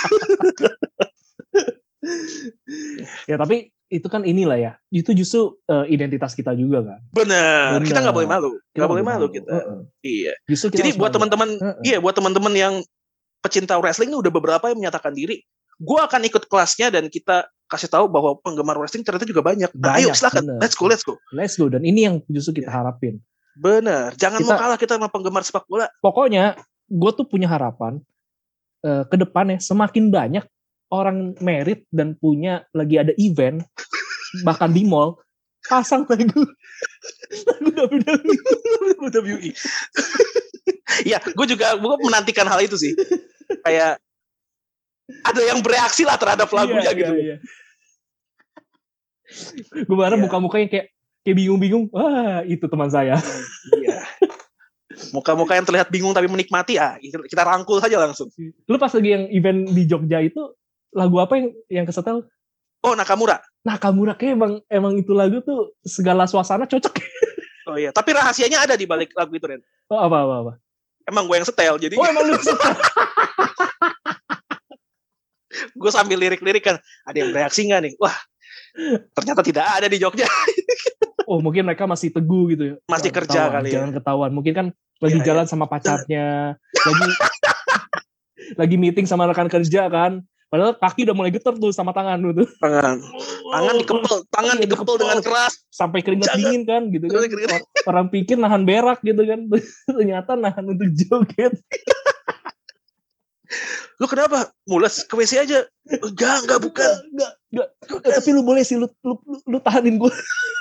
Ya, tapi itu kan inilah ya. Itu justru uh, identitas kita juga kan. Benar. Kita nggak boleh malu. Nggak boleh malu, malu kita. Uh-uh. Iya. Justru jadi buat teman-teman, uh-uh. iya buat teman-teman yang pecinta wrestling ini udah beberapa yang menyatakan diri. Gue akan ikut kelasnya dan kita kasih tahu bahwa penggemar wrestling ternyata juga banyak. Nah, banyak ayo silakan. Bener. Let's go, let's go. Let's go. Dan ini yang justru kita harapin. Benar. Jangan kita, mau kalah kita sama penggemar sepak bola. Pokoknya gue tuh punya harapan uh, ke depannya semakin banyak orang merit dan punya lagi ada event bahkan di mall pasang lagu lagu W W E. Ya, gue juga gue menantikan hal itu sih. Kayak ada yang bereaksi lah terhadap lagunya iya, gitu. Iya, iya. Gue berharap iya. muka-mukanya kayak kayak bingung-bingung. Wah, itu teman saya. Iya. Muka-muka yang terlihat bingung tapi menikmati, ah kita rangkul saja langsung. Lu pas lagi yang event di Jogja itu lagu apa yang yang kesetel? Oh, Nakamura. Nakamura kayak emang emang itu lagu tuh segala suasana cocok. Oh iya, tapi rahasianya ada di balik lagu itu, Ren. Oh, apa apa apa. Emang gue yang setel jadi. Oh, emang lu setel. Gue sambil lirik-lirik kan, ada yang bereaksi nggak nih? Wah, ternyata tidak ada di Jogja. Oh, mungkin mereka masih teguh gitu ya. Masih jangan kerja ketahuan, kali jangan ya. Jangan ketahuan. Mungkin kan lagi ya, jalan ya. sama pacarnya, lagi lagi meeting sama rekan kerja kan. Padahal kaki udah mulai getar tuh sama tangan tuh. Tangan. Tangan dikepel, tangan oh, dikepel dengan keras. Sampai keringat jangan. Dingin kan gitu kan. Orang pikir nahan berak gitu kan. Ternyata nahan untuk joget. Lu kenapa? Mules ke W C aja. Enggak, enggak bukan. Enggak, enggak. enggak. Tapi lu boleh sih lu lu, lu, lu tahanin gue.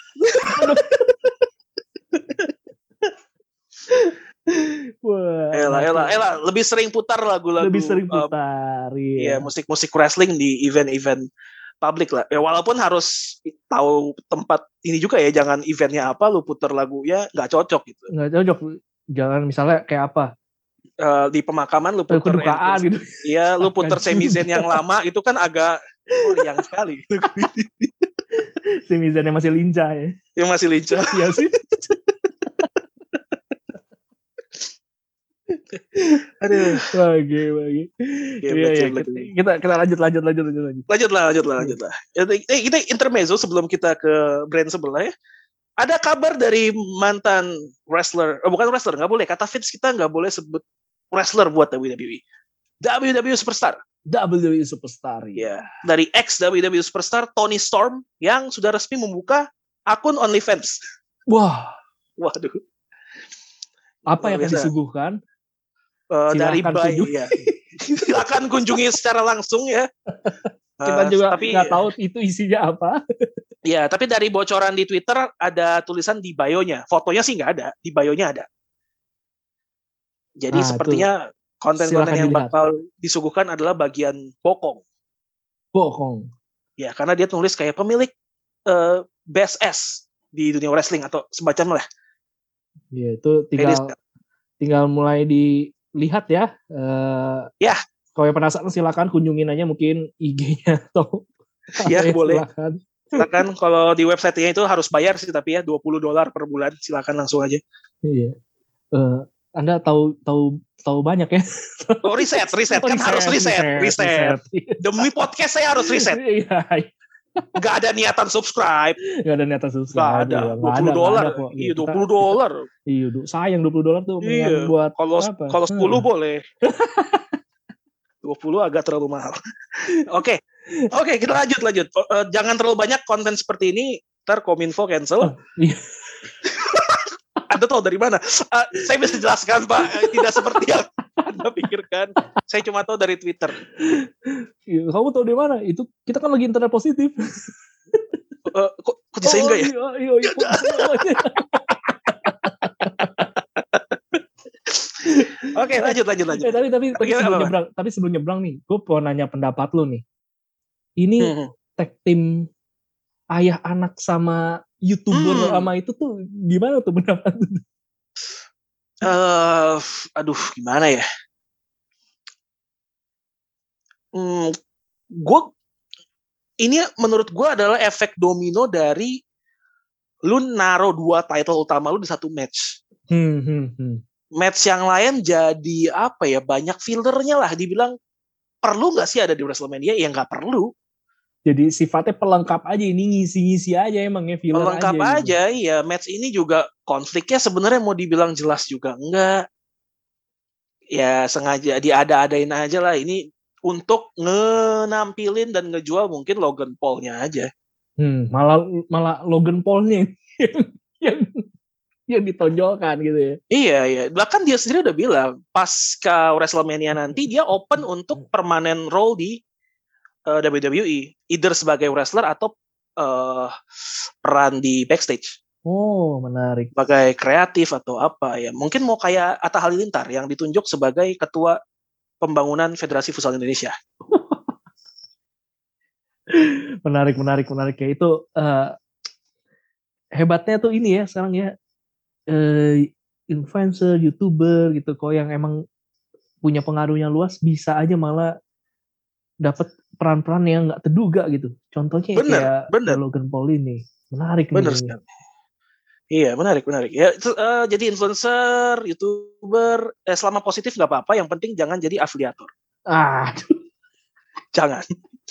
Wah, elah, elah, elah, lebih sering putar lagu-lagu. Lebih sering putar, um, iya. musik-musik wrestling di event-event publik lah. Ya walaupun harus tahu tempat ini juga ya, jangan eventnya apa, lu putar lagunya nggak cocok gitu. Nggak cocok, jangan misalnya kayak apa? Uh, di pemakaman lu putar kedukaan gitu. Iya, lu putar semizen yang lama itu kan agak oh, yang sekali. Semizen yang masih lincah ya. Yang masih lincah. Iya sih. Aduh. Bagi, bagi. Iya, iya. Kita, kita kita lanjut, lanjut, lanjut, lanjut, lanjut. Lanjutlah, lanjutlah, lanjutlah. Eh, kita intermezzo sebelum kita ke brand sebelah ya. Ada kabar dari mantan wrestler, oh bukan wrestler, nggak boleh. Kata Vince kita nggak boleh sebut wrestler buat W W E. W W E Superstar. W W E Superstar. Ya. Dari ex W W E Superstar Tony Storm yang sudah resmi membuka akun OnlyFans. Wah. Waduh. Apa yang akan disuguhkan? Uh, dari bayi ya. Silakan kunjungi secara langsung ya. Kita juga nggak uh, tahu itu isinya apa. Ya, tapi dari bocoran di Twitter ada tulisan di bio-nya. Fotonya sih nggak ada, di bio-nya ada. Jadi nah, sepertinya konten-konten yang dilihat. Bakal disuguhkan adalah bagian bokong. Bokong. Ya, karena dia tulis kayak pemilik uh, best S di dunia wrestling atau semacam lah. Ya, itu tinggal Edis, tinggal mulai dilihat ya. Uh, ya. Kalau yang penasaran silakan kunjungin aja mungkin I G-nya atau ya boleh. Silakan. Silakan kalau di website-nya itu harus bayar sih tapi ya dua puluh dolar per bulan, silakan langsung aja. Iya. Uh, Anda tahu tahu tahu banyak ya. Oh, riset, riset kan riset, harus riset, riset. riset. Demi podcast saya harus riset. Iya. Gak ada niatan subscribe. Gak ada niatan subscribe. Gak ada. dua puluh dolar. Iya, dua puluh dolar. Iya, sayang dua puluh dolar tuh iya. buat kalau apa? Kalau sepuluh hmm. boleh. dua puluh agak terlalu mahal. Oke. Oke, kita lanjut lanjut. Uh, jangan terlalu banyak konten seperti ini, ntar Kominfo cancel. Oh, iya. Anda tahu dari mana? Uh, saya bisa jelaskan, Pak. Tidak seperti yang Anda pikirkan. Saya cuma tahu dari Twitter. Kamu tahu dari mana? Itu kita kan lagi internet positif. Uh, kok kok bisa oh, enggak ya? Iya, iya, iya. Oke, lanjut lanjut lanjut. Eh, tapi tapi tapi sebelum apa? nyebrang, tapi sebelum nyebrang nih, gue mau nanya pendapat lu nih. Ini hmm. tag team ayah anak sama YouTuber hmm. sama itu tuh gimana tuh pendapat lu? Uh, aduh, gimana ya? Hmm, gue ini menurut gue adalah efek domino dari lu naro dua title utama lu di satu match. Hmm, hmm, hmm. Match yang lain jadi apa ya, banyak filternya lah. Dibilang perlu nggak sih ada di WrestleMania? Ya nggak perlu. Jadi sifatnya pelengkap aja, ini ngisi-ngisi aja emangnya filler pelengkap aja. Pelengkap aja, gitu. Iya. Match ini juga konfliknya sebenarnya mau dibilang jelas juga enggak. Ya sengaja diada-adain aja lah. Ini untuk ngenampilin dan ngejual mungkin Logan Paul-nya aja. Hmm, malah malah Logan Paul-nya yang yang ditonjolkan gitu ya. Iya, iya. Bahkan dia sendiri udah bilang pasca WrestleMania nanti dia open untuk permanent role di uh, W W E, either sebagai wrestler atau uh, peran di backstage. Oh, menarik. Sebagai kreatif atau apa ya. Mungkin mau kayak Atta Halilintar yang ditunjuk sebagai ketua pembangunan Federasi Futsal Indonesia. menarik, menarik, menarik ya. Itu uh, hebatnya tuh ini ya sekarang ya. Uh, influencer, YouTuber gitu, kok yang emang punya pengaruhnya luas bisa aja malah dapat peran-peran yang nggak terduga gitu. Contohnya bener, kayak bener. Logan Paul ini, menarik bener nih. Bener. Iya, menarik, menarik. Ya, uh, jadi influencer, YouTuber, eh, selama positif nggak apa-apa. Yang penting jangan jadi afiliator. Ah, jangan.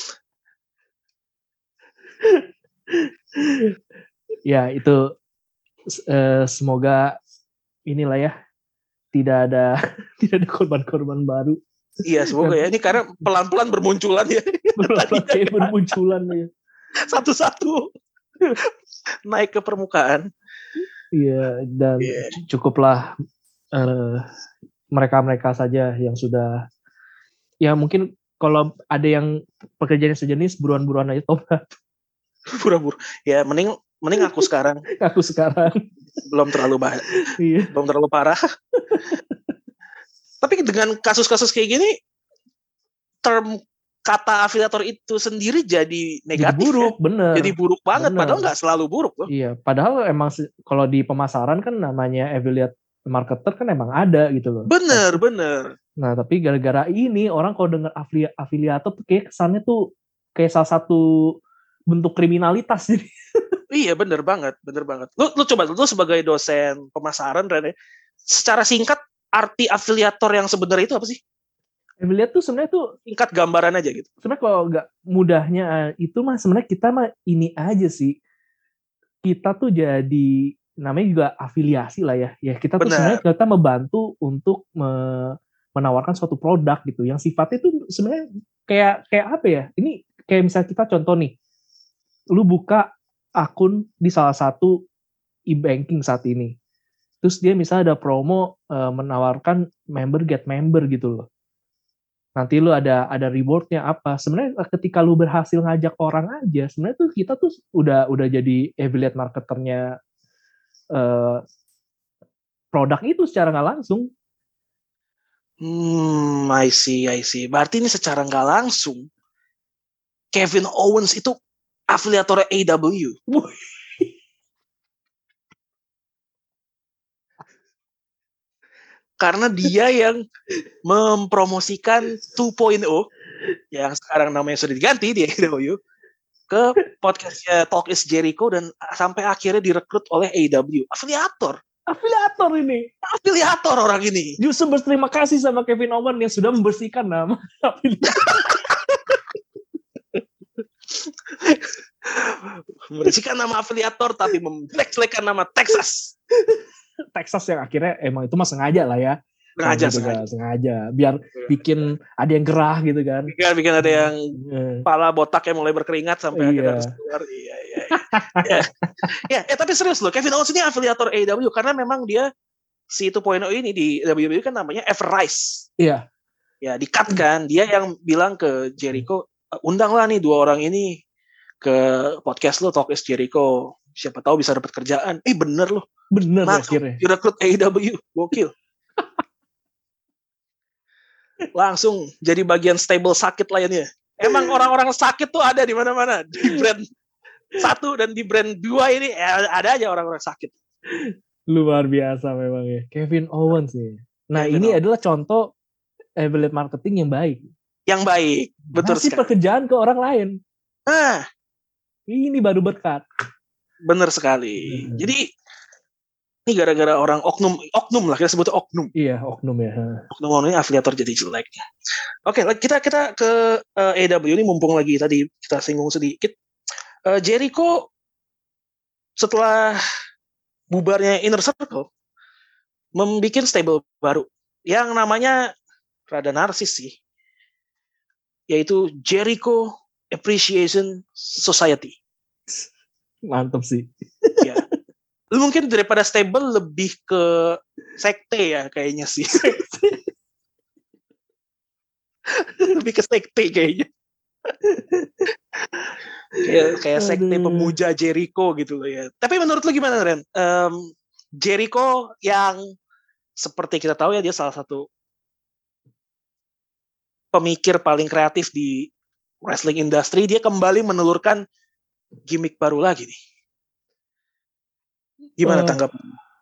Ya itu. Uh, semoga inilah ya tidak ada tidak ada korban-korban baru. Iya semoga ya, ini karena pelan-pelan bermunculan ya. Pelan-pelan bermunculan ya. Satu-satu naik ke permukaan. Iya dan yeah. cukuplah uh, mereka-mereka saja yang sudah ya mungkin kalau ada yang pekerjaannya sejenis buruan-buruan aja tobat. Buruan-buruan. Ya mending Mending aku sekarang. Aku sekarang. Belum terlalu bahaya. Iya. Belum terlalu parah. Tapi dengan kasus-kasus kayak gini, term kata afiliator itu sendiri jadi negatif. Jadi buruk, ya? bener. Jadi buruk banget, bener. Padahal nggak selalu buruk loh. Iya, padahal emang kalau di pemasaran kan namanya affiliate marketer kan emang ada gitu loh. Bener, tapi, bener. Nah, tapi gara-gara ini, orang kalau dengar afili- afiliator tuh kayak kesannya tuh kayak salah satu bentuk kriminalitas jadi. Iya bener banget, bener banget. Lu, lu coba lu sebagai dosen pemasaran Rene, secara singkat arti afiliator yang sebenarnya itu apa sih? Affiliate tuh sebenarnya tuh tingkat gambaran aja gitu. Sebenarnya kalau nggak mudahnya itu mah sebenarnya kita mah ini aja sih. Kita tuh jadi namanya juga afiliasi lah ya. Ya kita tuh Bener. sebenarnya kita membantu untuk me- menawarkan suatu produk gitu yang sifatnya tuh sebenarnya kayak kayak apa ya? Ini kayak misalnya kita contoh nih. Lu buka akun di salah satu e-banking saat ini. Terus dia misalnya ada promo uh, menawarkan member get member gitu loh. Nanti lu ada ada rewardnya apa? Sebenarnya ketika lu berhasil ngajak orang aja, sebenarnya tuh kita tuh udah udah jadi affiliate marketernya uh, produk itu secara nggak langsung. Hmm, I see, I see. Berarti ini secara nggak langsung Kevin Owens itu afiliator A E W. Karena dia yang mempromosikan two point oh yang sekarang namanya sudah diganti di A E W ke podcastnya Talk is Jericho dan sampai akhirnya direkrut oleh A E W. Afiliator. Afiliator ini. Afiliator orang ini. Justru berterima kasih sama Kevin Owens yang sudah membersihkan nama afiliator. Membersihkan nama afiliator tapi menjelek-jelekan nama Texas. Texas yang akhirnya emang itu mah sengaja lah ya. Sengaja, gitu sengaja. Kan, sengaja. Biar bikin ada yang gerah gitu kan. Biar bikin ada yang kepala botak yang mulai berkeringat sampai iya. akhirnya harus keluar. Iya, iya, iya. ya. ya, ya, tapi serius loh. Kevin Owens ini afiliator A E W karena memang dia si two point oh ini di W W E kan namanya Ever Rise. Iya. Ya, di-cut kan. Dia yang bilang ke Jericho, undanglah nih dua orang ini ke podcast lo Talk is Jericho. Siapa tahu bisa dapat kerjaan. Eh bener loh. Bener masuk akhirnya. direkrut A E W. Gokil. Langsung jadi bagian stable sakit lainnya. Emang orang-orang sakit tuh ada di mana-mana. Di brand satu dan di brand dua ini ada aja orang-orang sakit. Luar biasa memang ya. Kevin Owens nih. Nah Kevin ini Owens. Adalah contoh affiliate marketing yang baik. Yang baik. Betul Kasih sekali. pekerjaan ke orang lain. Nah. Ini baru berkat. Bener sekali. Hmm. Jadi ini gara-gara orang oknum, oknum lah kita sebutnya oknum. Iya, oknum ya. Oknum ini afiliator jadi jelek. Oke, kita kita ke uh, A E W ini mumpung lagi tadi kita singgung sedikit. Uh, Jericho setelah bubarnya Inner Circle membuat stable baru yang namanya rada narsis sih. Yaitu Jericho Appreciation Society. Mantap sih. Ya. Lu mungkin daripada stable lebih ke sekte ya kayaknya sih. Lebih ke sekte kayaknya. kayak kayak sekte pemuja Jericho gitu loh ya. Tapi menurut lu gimana Ren? Um, Jericho yang seperti kita tahu ya dia salah satu pemikir paling kreatif di wrestling industry, dia kembali menelurkan gimmick baru lagi nih. Gimana uh, tanggap?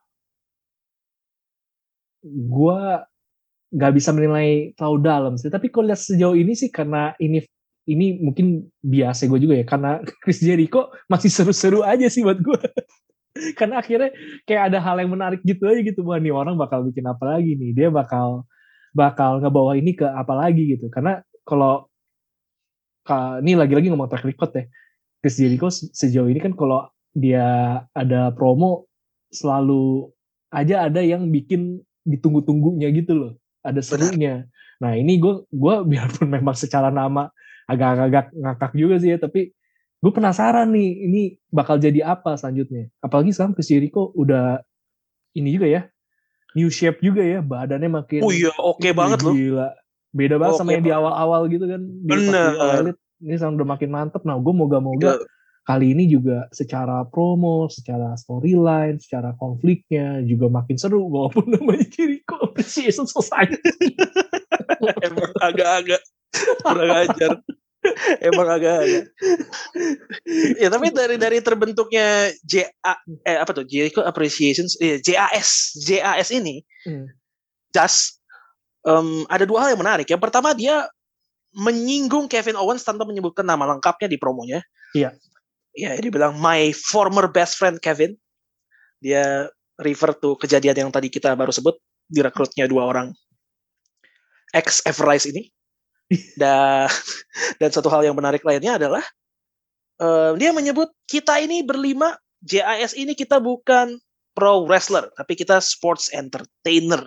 Gua nggak bisa menilai terlalu dalam sih, tapi kalau lihat sejauh ini sih karena ini ini mungkin biasa gue juga ya, karena Chris Jericho masih seru-seru aja sih buat gue. Karena akhirnya kayak ada hal yang menarik gitu aja gitu, wah nih orang bakal bikin apa lagi nih, dia bakal bakal ngebawa ini ke apa lagi gitu. Karena kalau ini lagi-lagi ngomong track record ya, Chris Jericho sejauh ini kan kalau dia ada promo selalu aja ada yang bikin ditunggu-tunggunya gitu loh, ada serunya. Benar. Nah ini gue gue biarpun memang secara nama agak-agak ngakak juga sih ya, tapi gue penasaran nih ini bakal jadi apa selanjutnya. Apalagi sekarang Chris Jericho udah ini juga ya, new shape juga ya, badannya makin oh iya oke okay banget loh, gila, beda banget okay sama yang di awal-awal gitu kan. Bener. Ini sekarang udah makin mantep. Nah gue moga-moga kali ini juga secara promo, secara storyline, secara konfliknya juga makin seru walaupun namanya Jericho Appreciation Society. Emang agak-agak kurang ajar. Emang agak-agak. Ya tapi dari dari terbentuknya J A eh apa tuh Jericho Appreciation eh, J A S J A S ini, hmm. just um, ada dua hal yang menarik. Yang pertama dia menyinggung Kevin Owens tanpa menyebutkan nama lengkapnya di promonya. Iya. Ya, dia bilang my former best friend Kevin. Dia refer to kejadian yang tadi kita baru sebut. direkrutnya dua orang ex Everrise ini. Dan dan satu hal yang menarik lainnya adalah uh, dia menyebut kita ini berlima J I S ini kita bukan pro wrestler, tapi kita sports entertainer.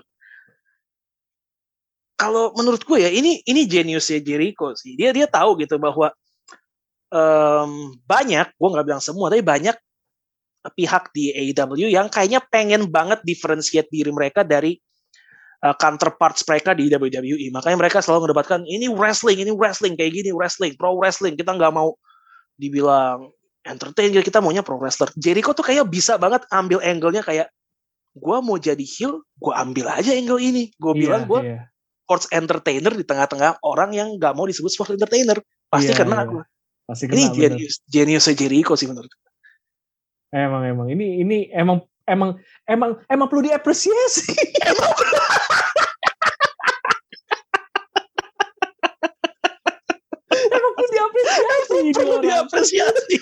Kalau menurut gue ya ini ini geniusnya Jericho sih. Dia dia tahu gitu bahwa um, banyak, gue nggak bilang semua, tapi banyak pihak di A E W yang kayaknya pengen banget differentiate diri mereka dari uh, counterparts mereka di W W E. Makanya mereka selalu mendebatkan ini wrestling, ini wrestling kayak gini, wrestling, pro wrestling. Kita nggak mau dibilang entertainer, kita maunya pro wrestler. Jericho tuh kayak bisa banget ambil angle-nya kayak gue mau jadi heel, gue ambil aja angle ini. Gue yeah, bilang gue yeah. sports entertainer di tengah-tengah orang yang nggak mau disebut sports entertainer. Pasti yeah, kena yeah. gue. Pasti kena, ini genius, geniusnya Jericho sih menurut gue. Emang emang ini ini emang emang emang emang perlu diapresiasi. Emang emang perlu diapresiasi. Emang perlu diapresiasi.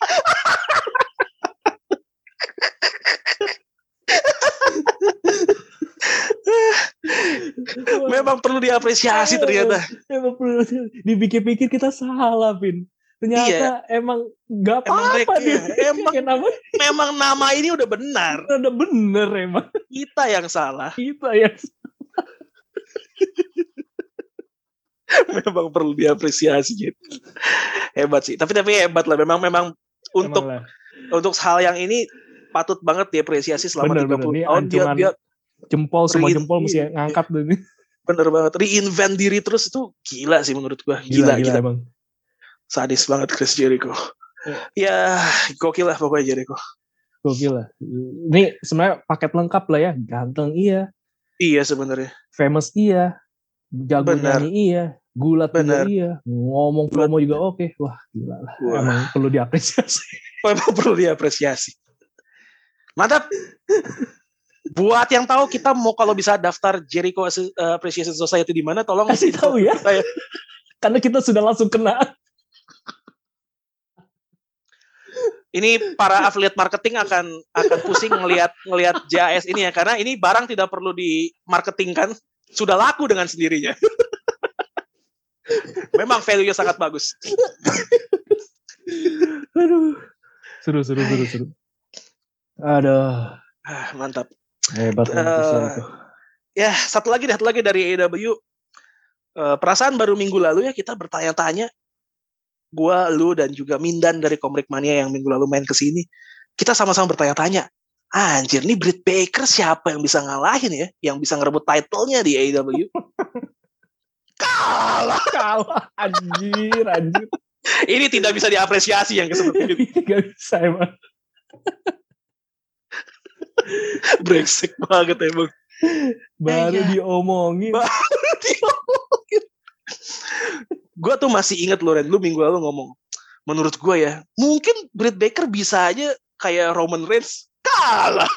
Memang perlu diapresiasi ternyata. Emang perlu dipikir-pikir kita salah, Vin. Ternyata iya. emang gak apa-apa nih. Emang, emang, memang nama ini udah benar. Udah bener emang. Kita yang salah. Kita yang salah. Memang perlu diapresiasi gitu. Hebat sih. Tapi tapi hebat lah. Memang memang untuk lah. untuk hal yang ini patut banget diapresiasi selama bener, tiga puluh bener. tahun. Dia, dia jempol semua re- jempol mesti ngangkat dulu nih. Bener banget. Reinvent diri terus itu gila sih menurut gua. Gila, gila, gila. Bang. Sadis banget Chris Jericho. Ya, gokil lah pokoknya Jericho. Gokil lah. Ini sebenarnya paket lengkap lah ya. Ganteng iya. Iya sebenarnya. Famous iya. Jago nyanyi iya. Gulat juga iya. Ngomong promo juga oke. Okay. Wah gila lah. Wah. Emang perlu diapresiasi. Emang perlu diapresiasi. Mantap. Buat yang tahu kita mau kalau bisa daftar Jericho Appreciation Society di mana, tolong kasih tahu ya. Saya. Karena kita sudah langsung kena. Ini para affiliate marketing akan akan pusing ngelihat ngelihat J A S ini ya, karena ini barang tidak perlu dimarketingkan, sudah laku dengan sendirinya. Memang value-nya sangat bagus. Aduh. Seru seru seru seru. Aduh. Ah, mantap. Hebat uh, itu. Ya, satu lagi satu lagi dari A E W. Uh, perasaan baru minggu lalu ya kita bertanya-tanya. Gua, lu, dan juga Mindan dari Komrik Mania yang minggu lalu main kesini, kita sama-sama bertanya-tanya, anjir, nih Britt Baker siapa yang bisa ngalahin ya, yang bisa ngerebut title-nya di A E W? Kalah, kalah, anjir, anjir. Ini tidak bisa diapresiasi yang seperti itu. Ini gak bisa emang. Brengsek banget emang. Baru eh, ya. diomongin. Baru diomongin. Gue tuh masih inget loh Ren, lu minggu lalu ngomong, menurut gue ya, mungkin Britt Baker bisa aja kayak Roman Reigns, kalah.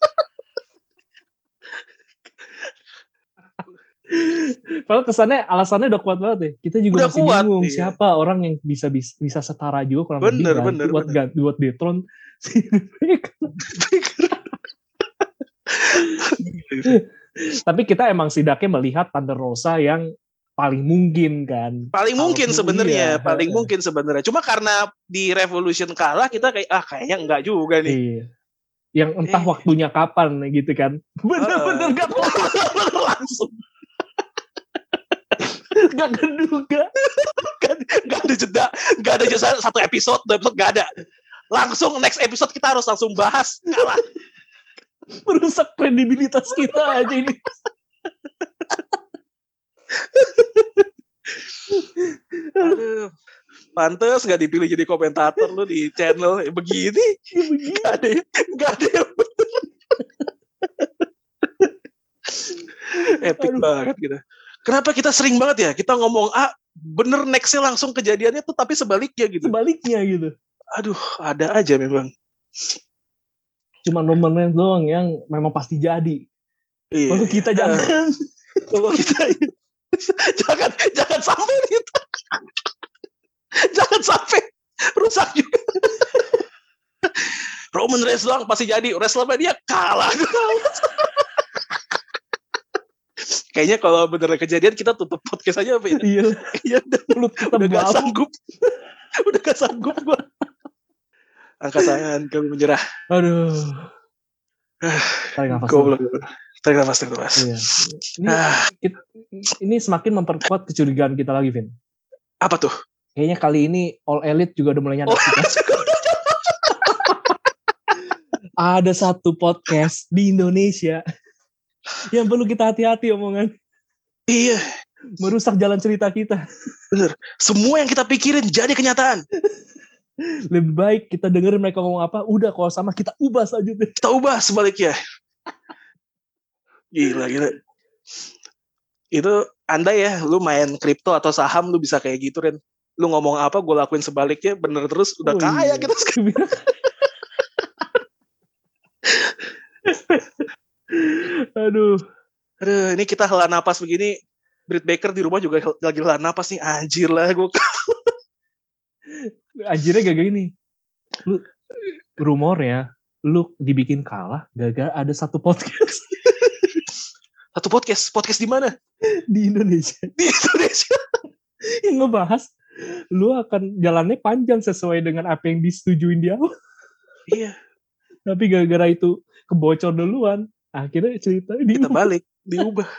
Kalau kesannya alasannya udah kuat banget ya. Kita juga udah masih kuat, bingung iya. siapa orang yang bisa bisa, bisa setara juga kurang bener, lebih bener, buat bener. buat Detron. Tapi kita emang sidaknya melihat Thunder Rosa yang paling mungkin kan. Paling mungkin sebenarnya, paling mungkin sebenarnya. Cuma karena di Revolution kalah kita kayak ah kayaknya enggak juga nih. Iya. Yang entah eh. waktunya kapan gitu kan. Bener-bener enggak uh, tahu langsung. Enggak keduga. Enggak ada jeda, enggak ada jeda satu episode, dua episode enggak ada. Langsung next episode kita harus langsung bahas kalah. Merusak kredibilitas kita aja ini. Aduh, pantes nggak dipilih jadi komentator lu di channel ya, begini, nggak ada, nggak ada yang bener. Epic Aduh. banget gitu. Kenapa kita sering banget ya kita ngomong ah bener nextnya langsung kejadiannya tuh tapi sebaliknya gitu. Sebaliknya gitu. Aduh, ada aja memang. Cuma nomornya doang yang memang pasti jadi. Iya. Kalau kita jangan, kalau kita jangan jangan sampai gitu. Jangan sampai rusak juga. Roman Reigns doang pasti jadi, WrestleMania kalah. Kayaknya kalau beneran kejadian kita tutup podcast aja apa ya? Iya. Iya udah, Mulut kita udah gak bau. sanggup. Udah gak sanggup gue. Angkat tangan, kami menyerah. Aduh. Tarik nafas dulu. Goblok. Tarik nafas, tarik nafas. Iya. Ini, Ah, it- ini semakin memperkuat kecurigaan kita lagi, Vin. apa tuh? Kayaknya kali ini All Elite juga udah mulai nyadar Oh, kita. Ada satu podcast di Indonesia yang perlu kita hati-hati omongan. iya, Merusak jalan cerita kita. bener. Semua yang kita pikirin jadi kenyataan. Lebih baik kita dengerin mereka ngomong apa. Udah kalau sama kita ubah saja deh. Kita ubah sebaliknya. Gila, gila. Itu andai ya, lu main kripto atau saham, lu bisa kayak gitu, Ren. Lu ngomong apa, gue lakuin sebaliknya, bener terus, udah Oh, kaya iya. kita sekarang. Aduh. Aduh, ini kita hela napas begini, Britt Baker di rumah juga lagi hela napas nih, anjir lah gue. Anjirnya gak gini. Lu rumornya lu dibikin kalah gara-gara ada satu podcast Satu podcast, podcast di mana? di Indonesia Di Indonesia. yang ngebahas lu akan jalannya panjang sesuai dengan apa yang disetujuin di awal. Iya, Tapi gara-gara itu kebocor duluan, akhirnya ceritanya kita diubah. balik, diubah.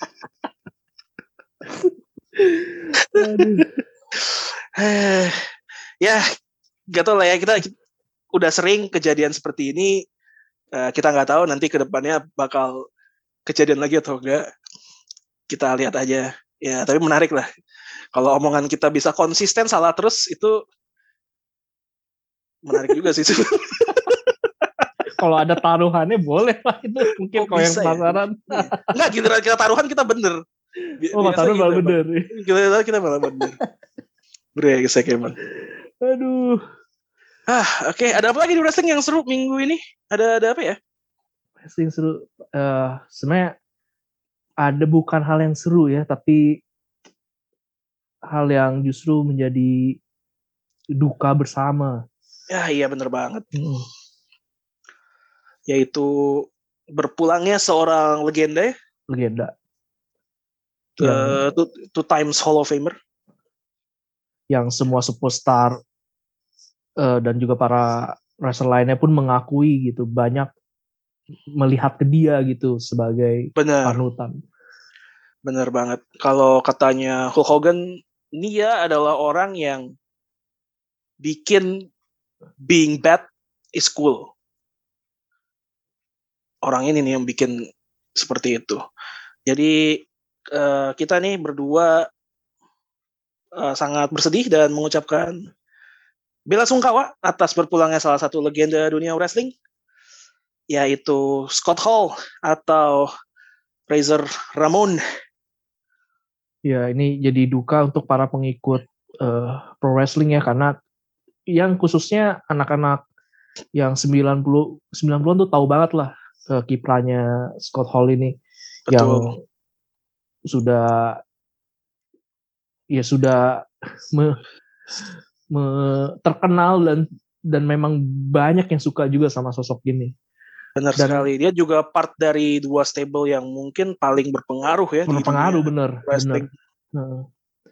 Aduh. Eh, ya, gak tau lah ya, kita udah sering kejadian seperti ini. Eh, kita nggak tahu nanti ke depannya bakal kejadian lagi atau enggak. Kita lihat aja. Ya, tapi menarik lah. Kalau omongan kita bisa konsisten salah terus, itu menarik juga sih. Kalau ada taruhannya boleh lah itu. Mungkin Oh, kalau yang bisa ya? penasaran. Enggak, giliran kita taruhan kita bener. Bi- Oh, biasa taruhan gitu malah emang. bener. Giliran kita malah bener. Brengsek emang. Aduh. Ah, oke. Ada apa lagi di wrestling yang seru minggu ini? Ada ada apa ya? Wrestling seru. Eh, sebenarnya ada bukan hal yang seru ya, tapi hal yang justru menjadi duka bersama. Ya, iya bener banget. Hmm. Yaitu berpulangnya seorang legenda ya. Legenda. Uh, Yang, two, two times Hall of Famer. yang semua superstar eh, dan juga para wrestler lainnya pun mengakui gitu, banyak melihat ke dia gitu sebagai Bener, panutan. bener banget. Kalau katanya Hulk Hogan, dia adalah orang yang bikin being bad is cool. Orang ini nih yang bikin seperti itu. Jadi uh, kita nih berdua uh, sangat bersedih dan mengucapkan bela sungkawa atas berpulangnya salah satu legenda dunia wrestling, yaitu Scott Hall atau Razor Ramon. Ya, ini jadi duka untuk para pengikut uh, pro wrestling ya, karena yang khususnya anak-anak yang sembilan puluh sembilan puluhan tuh tahu banget lah uh, kiprahnya Scott Hall ini. Betul. Yang sudah ya sudah me, me, terkenal dan dan memang banyak yang suka juga sama sosok ini. Benar Dan- sekali. Dia juga part dari dua stable yang mungkin paling berpengaruh ya di Berpengaruh dunia bener, wrestling. bener. Nah.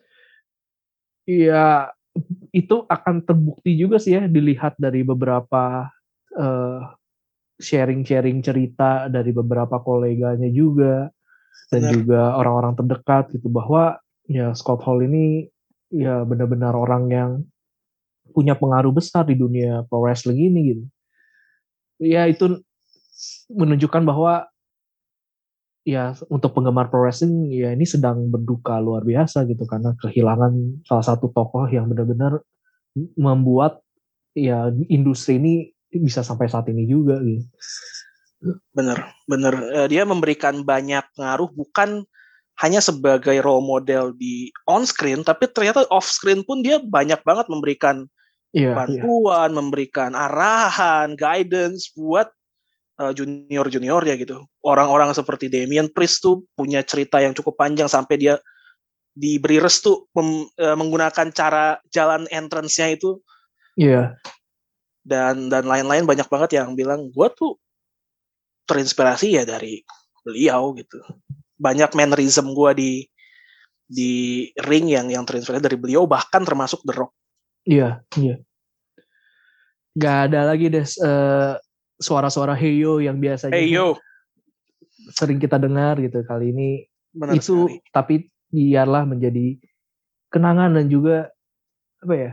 Iya, itu akan terbukti juga sih ya, dilihat dari beberapa eh, sharing-sharing cerita dari beberapa koleganya juga, dan Benar. juga orang-orang terdekat gitu, bahwa ya Scott Hall ini ya benar-benar orang yang punya pengaruh besar di dunia pro wrestling ini gitu. Ya itu menunjukkan bahwa ya untuk penggemar pro wrestling ya ini sedang berduka luar biasa gitu, karena kehilangan salah satu tokoh yang benar-benar membuat ya industri ini bisa sampai saat ini juga gitu. Bener, bener. Eh, dia memberikan banyak pengaruh, bukan hanya sebagai role model di on screen, tapi ternyata off screen pun dia banyak banget memberikan Iya, iya. bantuan, memberikan arahan, guidance buat uh, junior-juniornya gitu. Orang-orang seperti Damian Priest tuh punya cerita yang cukup panjang sampai dia diberi restu mem, uh, menggunakan cara jalan entrance-nya itu, Iya. dan dan lain-lain, banyak banget yang bilang gue tuh terinspirasi ya dari beliau gitu. banyak mannerism gue di di ring yang yang terinspirasi dari beliau, bahkan termasuk The Rock. Iya, iya. Gak ada lagi deh uh, suara-suara heyo yang biasanya Heyo sering kita dengar gitu. Kali ini benar itu sekali. Tapi biarlah menjadi kenangan dan juga apa ya?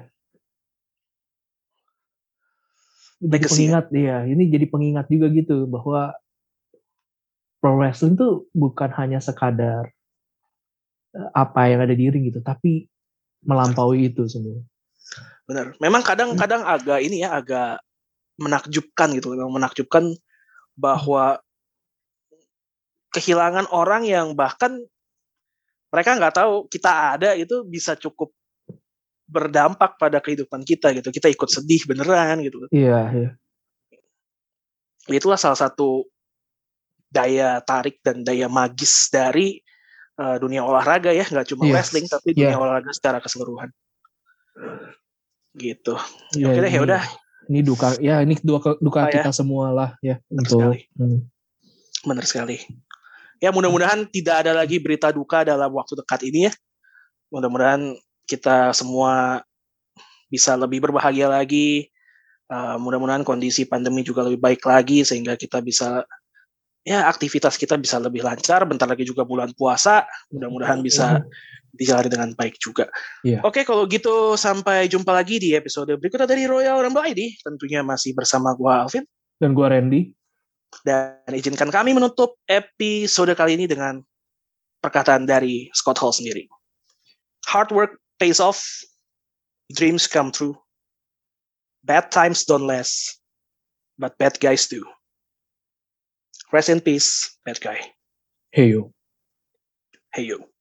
Jadi pengingat ya. Ini jadi pengingat juga gitu bahwa pro wrestling tuh bukan hanya sekadar apa yang ada di ring gitu, tapi melampaui itu semua. Benar. Memang kadang-kadang agak ini ya, agak menakjubkan gitu. Memang menakjubkan bahwa kehilangan orang yang bahkan mereka nggak tahu kita ada itu bisa cukup berdampak pada kehidupan kita gitu. Kita ikut sedih beneran gitu. Iya, iya. Itulah salah satu daya tarik dan daya magis dari uh, dunia olahraga ya, nggak cuma yeah. wrestling tapi dunia yeah. olahraga secara keseluruhan. Gitu. Ya, Oke deh, ya udah. Ini duka ya, ini duka duka oh, kita ya. Semua lah ya. Benar untuk, sekali. Hmm. Benar sekali. Ya mudah-mudahan tidak ada lagi berita duka dalam waktu dekat ini ya. Mudah-mudahan kita semua bisa lebih berbahagia lagi. Uh, mudah-mudahan kondisi pandemi juga lebih baik lagi sehingga kita bisa ya aktivitas kita bisa lebih lancar. Bentar lagi juga bulan puasa, mudah-mudahan bisa dijalani dengan baik juga. Yeah. Oke, kalau gitu sampai jumpa lagi di episode berikutnya dari Royal Rumble I D. Tentunya masih bersama gua Alvin dan gua Randy. Dan izinkan kami menutup episode kali ini dengan perkataan dari Scott Hall sendiri. Hard work pays off, dreams come true. Bad times don't last, but bad guys do. Rest in peace, bad guy. Hey yo. Hey yo.